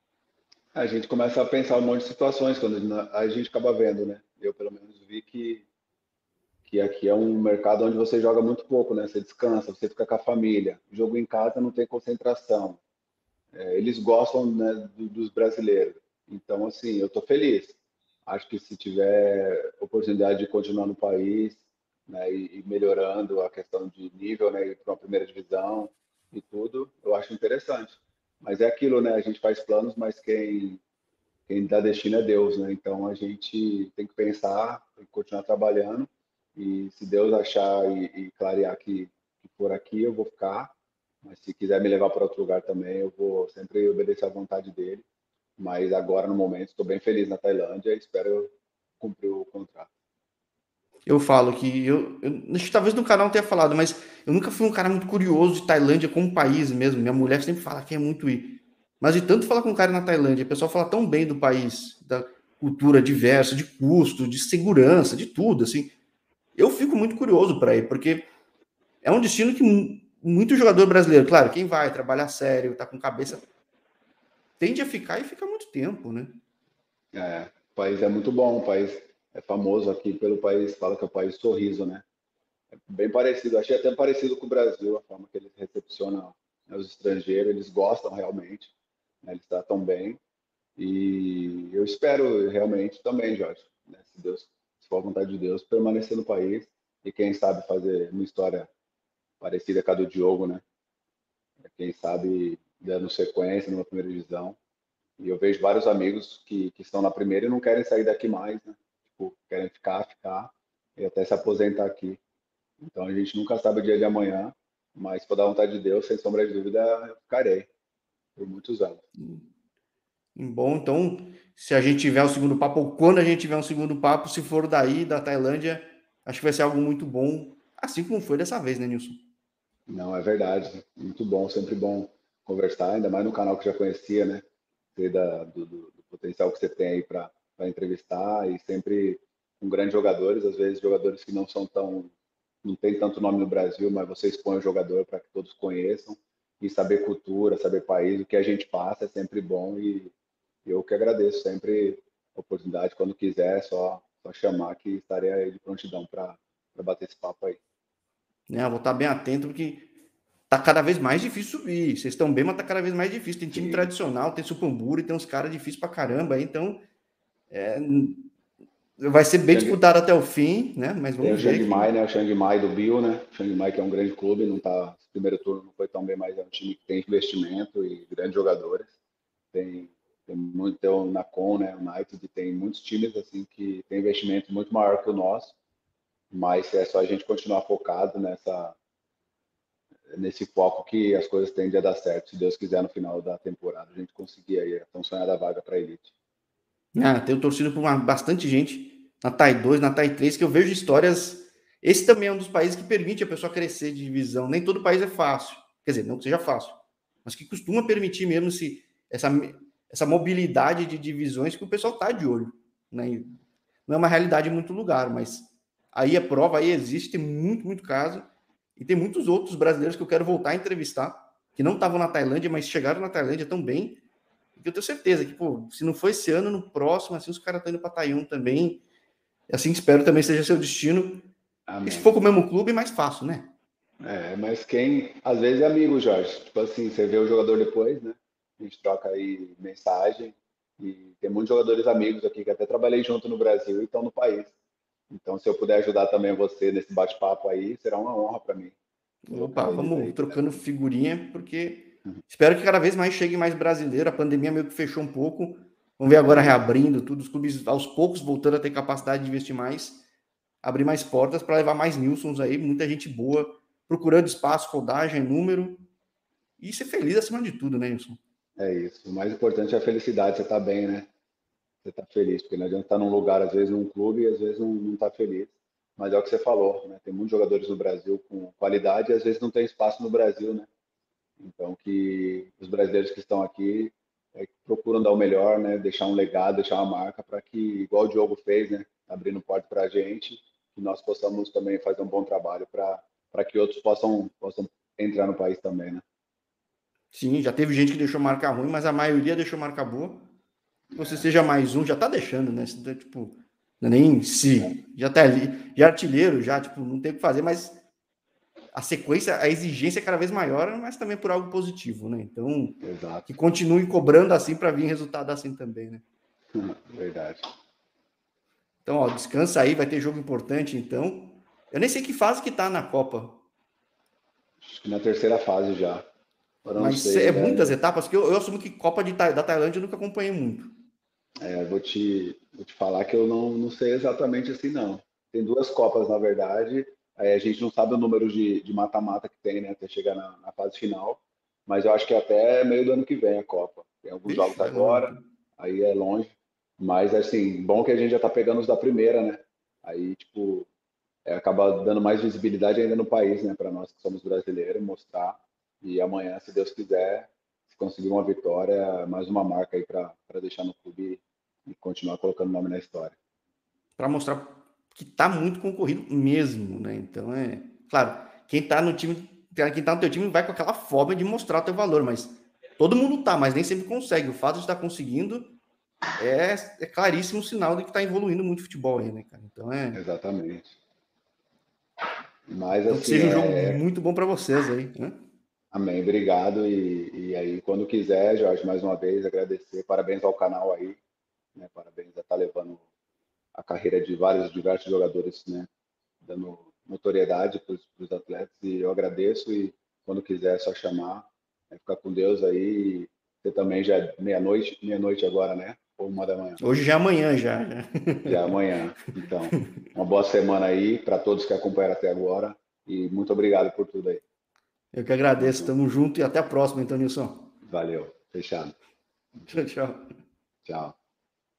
B: A gente começa a pensar um monte de situações quando a gente acaba vendo, né? Eu, pelo menos, vi que, que aqui é um mercado onde você joga muito pouco, né? Você descansa, você fica com a família. Jogo em casa não tem concentração. É, eles gostam, né, do, dos brasileiros. Então, assim, eu tô feliz. Acho que se tiver oportunidade de continuar no país, né, e, e melhorando a questão de nível, né, ir para uma primeira divisão e tudo, eu acho interessante. Mas é aquilo, né? A gente faz planos, mas quem quem dá destino é Deus, né? Então a gente tem que pensar, tem que continuar trabalhando e se Deus achar e, e clarear que, que por aqui eu vou ficar, mas se quiser me levar para outro lugar também, eu vou sempre obedecer à vontade dele. Mas agora, no momento, estou bem feliz na Tailândia e espero cumprir o contrato.
A: Eu falo que eu, eu acho que talvez no canal não tenha falado, mas eu nunca fui um cara muito curioso de Tailândia como país mesmo. Minha mulher sempre fala que é muito ir. Mas de tanto falar com um cara na Tailândia, o pessoal fala tão bem do país, da cultura diversa, de custo, de segurança, de tudo, assim. Eu fico muito curioso para ir, porque é um destino que muito jogador brasileiro, claro, quem vai trabalhar sério, tá com cabeça, tende a ficar e fica muito tempo, né?
B: É, o país é muito bom, o país é famoso aqui pelo país, fala que é o país sorriso, né? Bem parecido, achei até parecido com o Brasil, a forma que eles recepcionam, né, os estrangeiros, eles gostam realmente, né, eles tratam bem. E eu espero realmente também, Jorge, né, se Deus, se for a vontade de Deus, permanecer no país e quem sabe fazer uma história parecida com a do Diogo, né? Quem sabe dando sequência numa primeira divisão. E eu vejo vários amigos que, que estão na primeira e não querem sair daqui mais, né? Tipo, querem ficar, ficar e até se aposentar aqui. Então a gente nunca sabe o dia de amanhã, mas se for da vontade de Deus, sem sombra de dúvida, eu ficarei por muitos anos.
A: Bom, então, se a gente tiver o segundo papo, ou quando a gente tiver um segundo papo, se for daí, da Tailândia, acho que vai ser algo muito bom, assim como foi dessa vez, né, Nilson?
B: Não, é verdade. Muito bom, sempre bom conversar, ainda mais no canal que já conhecia, né? Sei da, do, do, do potencial que você tem aí para entrevistar e sempre com grandes jogadores, às vezes jogadores que não são tão, não tem tanto nome no Brasil, mas você expõe o jogador para que todos conheçam e saber cultura, saber país, o que a gente passa é sempre bom e eu que agradeço sempre a oportunidade, quando quiser, é só, só chamar que estarei aí de prontidão para bater esse papo aí.
A: Né, eu vou estar bem atento, porque tá cada vez mais difícil subir. Vocês estão bem, mas tá cada vez mais difícil. Tem time
B: Sim.
A: tradicional, tem Supamburi, tem uns caras difíceis pra caramba, então é, vai ser bem disputado até o fim, né? Mas
B: Tem o
A: vamos ver
B: Chiang Mai,
A: que.
B: né? O Chiang Mai do Bill, né? O Chiang Mai que é um grande clube, não tá, primeiro turno não foi tão bem, mas é um time que tem investimento e grandes jogadores. Tem, tem muito, tem o Nacon, né? O United tem muitos times assim que tem investimento muito maior que o nosso, mas é só a gente continuar focado nessa nesse foco que as coisas tendem a dar certo. Se Deus quiser, no final da temporada a gente conseguir aí a tão sonhada vaga para a elite.
A: Ah, tenho torcido por uma, bastante gente na T A I dois, na T A I três, que eu vejo histórias. Esse também é um dos países que permite a pessoa crescer de divisão. Nem todo país é fácil. Quer dizer, não que seja fácil, mas que costuma permitir mesmo se, essa, essa mobilidade de divisões que o pessoal está de olho. Né? não é uma realidade em muito lugar, mas aí é prova, aí existe, tem muito, muito caso, e tem muitos outros brasileiros que eu quero voltar a entrevistar, que não estavam na Tailândia, mas chegaram na Tailândia tão bem, que eu tenho certeza que, pô, se não for esse ano, no próximo, assim, os caras estão indo para Taiwan também, assim espero também seja seu destino, e se for
B: Amém.
A: com o mesmo clube, é mais fácil, né?
B: É, mas quem, às vezes é amigo, Jorge. Tipo assim, você vê o jogador depois, né? A gente troca aí mensagem e tem muitos jogadores amigos aqui que até trabalhei junto no Brasil e estão no país. Então, se eu puder ajudar também você nesse bate-papo aí, será uma honra para mim
A: Opa,
B: colocar eles
A: vamos
B: aí.
A: trocando figurinha, porque espero que cada vez mais chegue mais brasileiro. A pandemia meio que fechou um pouco. Vamos ver agora
B: Isso,
A: reabrindo tudo, os clubes aos poucos voltando a ter capacidade de investir mais, abrir mais portas para levar mais Nilsons aí, muita gente boa, procurando espaço, rodagem, número e ser feliz acima de tudo, né, Nilson?
B: é isso. O mais importante é a felicidade, você tá bem, né? Você tá feliz, porque não adianta estar num lugar, às vezes num clube, e às vezes não, não tá feliz. Mas é o que você falou, né? Tem muitos jogadores no Brasil com qualidade e às vezes não tem espaço no Brasil, né? Então, que os brasileiros que estão aqui é, procuram dar o melhor, né? Deixar um legado, deixar uma marca para que, igual o Diogo fez, né? Abrindo porta para a gente, que nós possamos também fazer um bom trabalho para para que outros possam, possam entrar no país também, né?
A: Sim, já teve gente que deixou marca ruim, mas a maioria deixou marca boa. Que você seja mais um, já tá deixando, né? Você tá, tipo, não é nem se, já tá ali, já é artilheiro, já, tipo, não tem o que fazer, mas a sequência, a exigência é cada vez maior, mas também por algo positivo, né? Então, que
B: Exato.
A: continue cobrando assim para vir resultado assim também, né?
B: Verdade.
A: Então, ó, descansa aí, vai ter jogo importante, então. Eu nem sei que fase que tá na Copa,
B: Acho que na terceira fase já. Agora eu não
A: mas é
B: sei,
A: muitas
B: né?
A: etapas, porque eu, eu assumo que Copa de, da Tailândia eu nunca acompanhei muito.
B: É, vou te, vou te falar que eu não, não sei exatamente assim, não. Tem duas Copas, na verdade. Aí a gente não sabe o número de de mata-mata que tem, né, até chegar na, na fase final. Mas eu acho que até meio do ano que vem a Copa. Tem alguns jogos
A: Vixe, vai longe,
B: agora,
A: então.
B: aí é longe. Mas, assim, bom que a gente já tá pegando os da primeira, né? Aí, tipo, é, acaba dando mais visibilidade ainda no país, né, para nós que somos brasileiros, mostrar. E amanhã, se Deus quiser, se conseguir uma vitória, mais uma marca aí para deixar no clube e continuar colocando o nome na história.
A: Para mostrar que tá muito concorrido mesmo, né? Então é, claro, quem tá no time, quem tá no teu time vai com aquela fome de mostrar o teu valor, mas todo mundo tá, mas nem sempre consegue. O fato de estar conseguindo é, é claríssimo sinal de que tá evoluindo muito o futebol aí, né, cara? Então é,
B: Exatamente. Mas,
A: então que
B: assim,
A: seja um jogo
B: é.
A: muito bom para vocês aí, né?
B: Amém, obrigado. E, e aí, quando quiser, Jorge, mais uma vez, agradecer. Parabéns ao canal aí, né? Parabéns a estar levando a carreira de vários diversos jogadores, né? Dando notoriedade para os atletas. E eu agradeço. E quando quiser, é só chamar. Né? Ficar com Deus aí. Você também já é meia-noite, meia-noite agora, né? Ou uma da manhã.
A: Hoje já é amanhã já, já.
B: Já é amanhã. Então, uma boa semana aí para todos que acompanharam até agora. E muito obrigado por tudo aí.
A: Eu que
B: Tamo
A: agradeço,
B: junto.
A: tamo junto e até a próxima, então, Nilson.
B: Valeu. Fechado.
A: Tchau, tchau.
B: Tchau.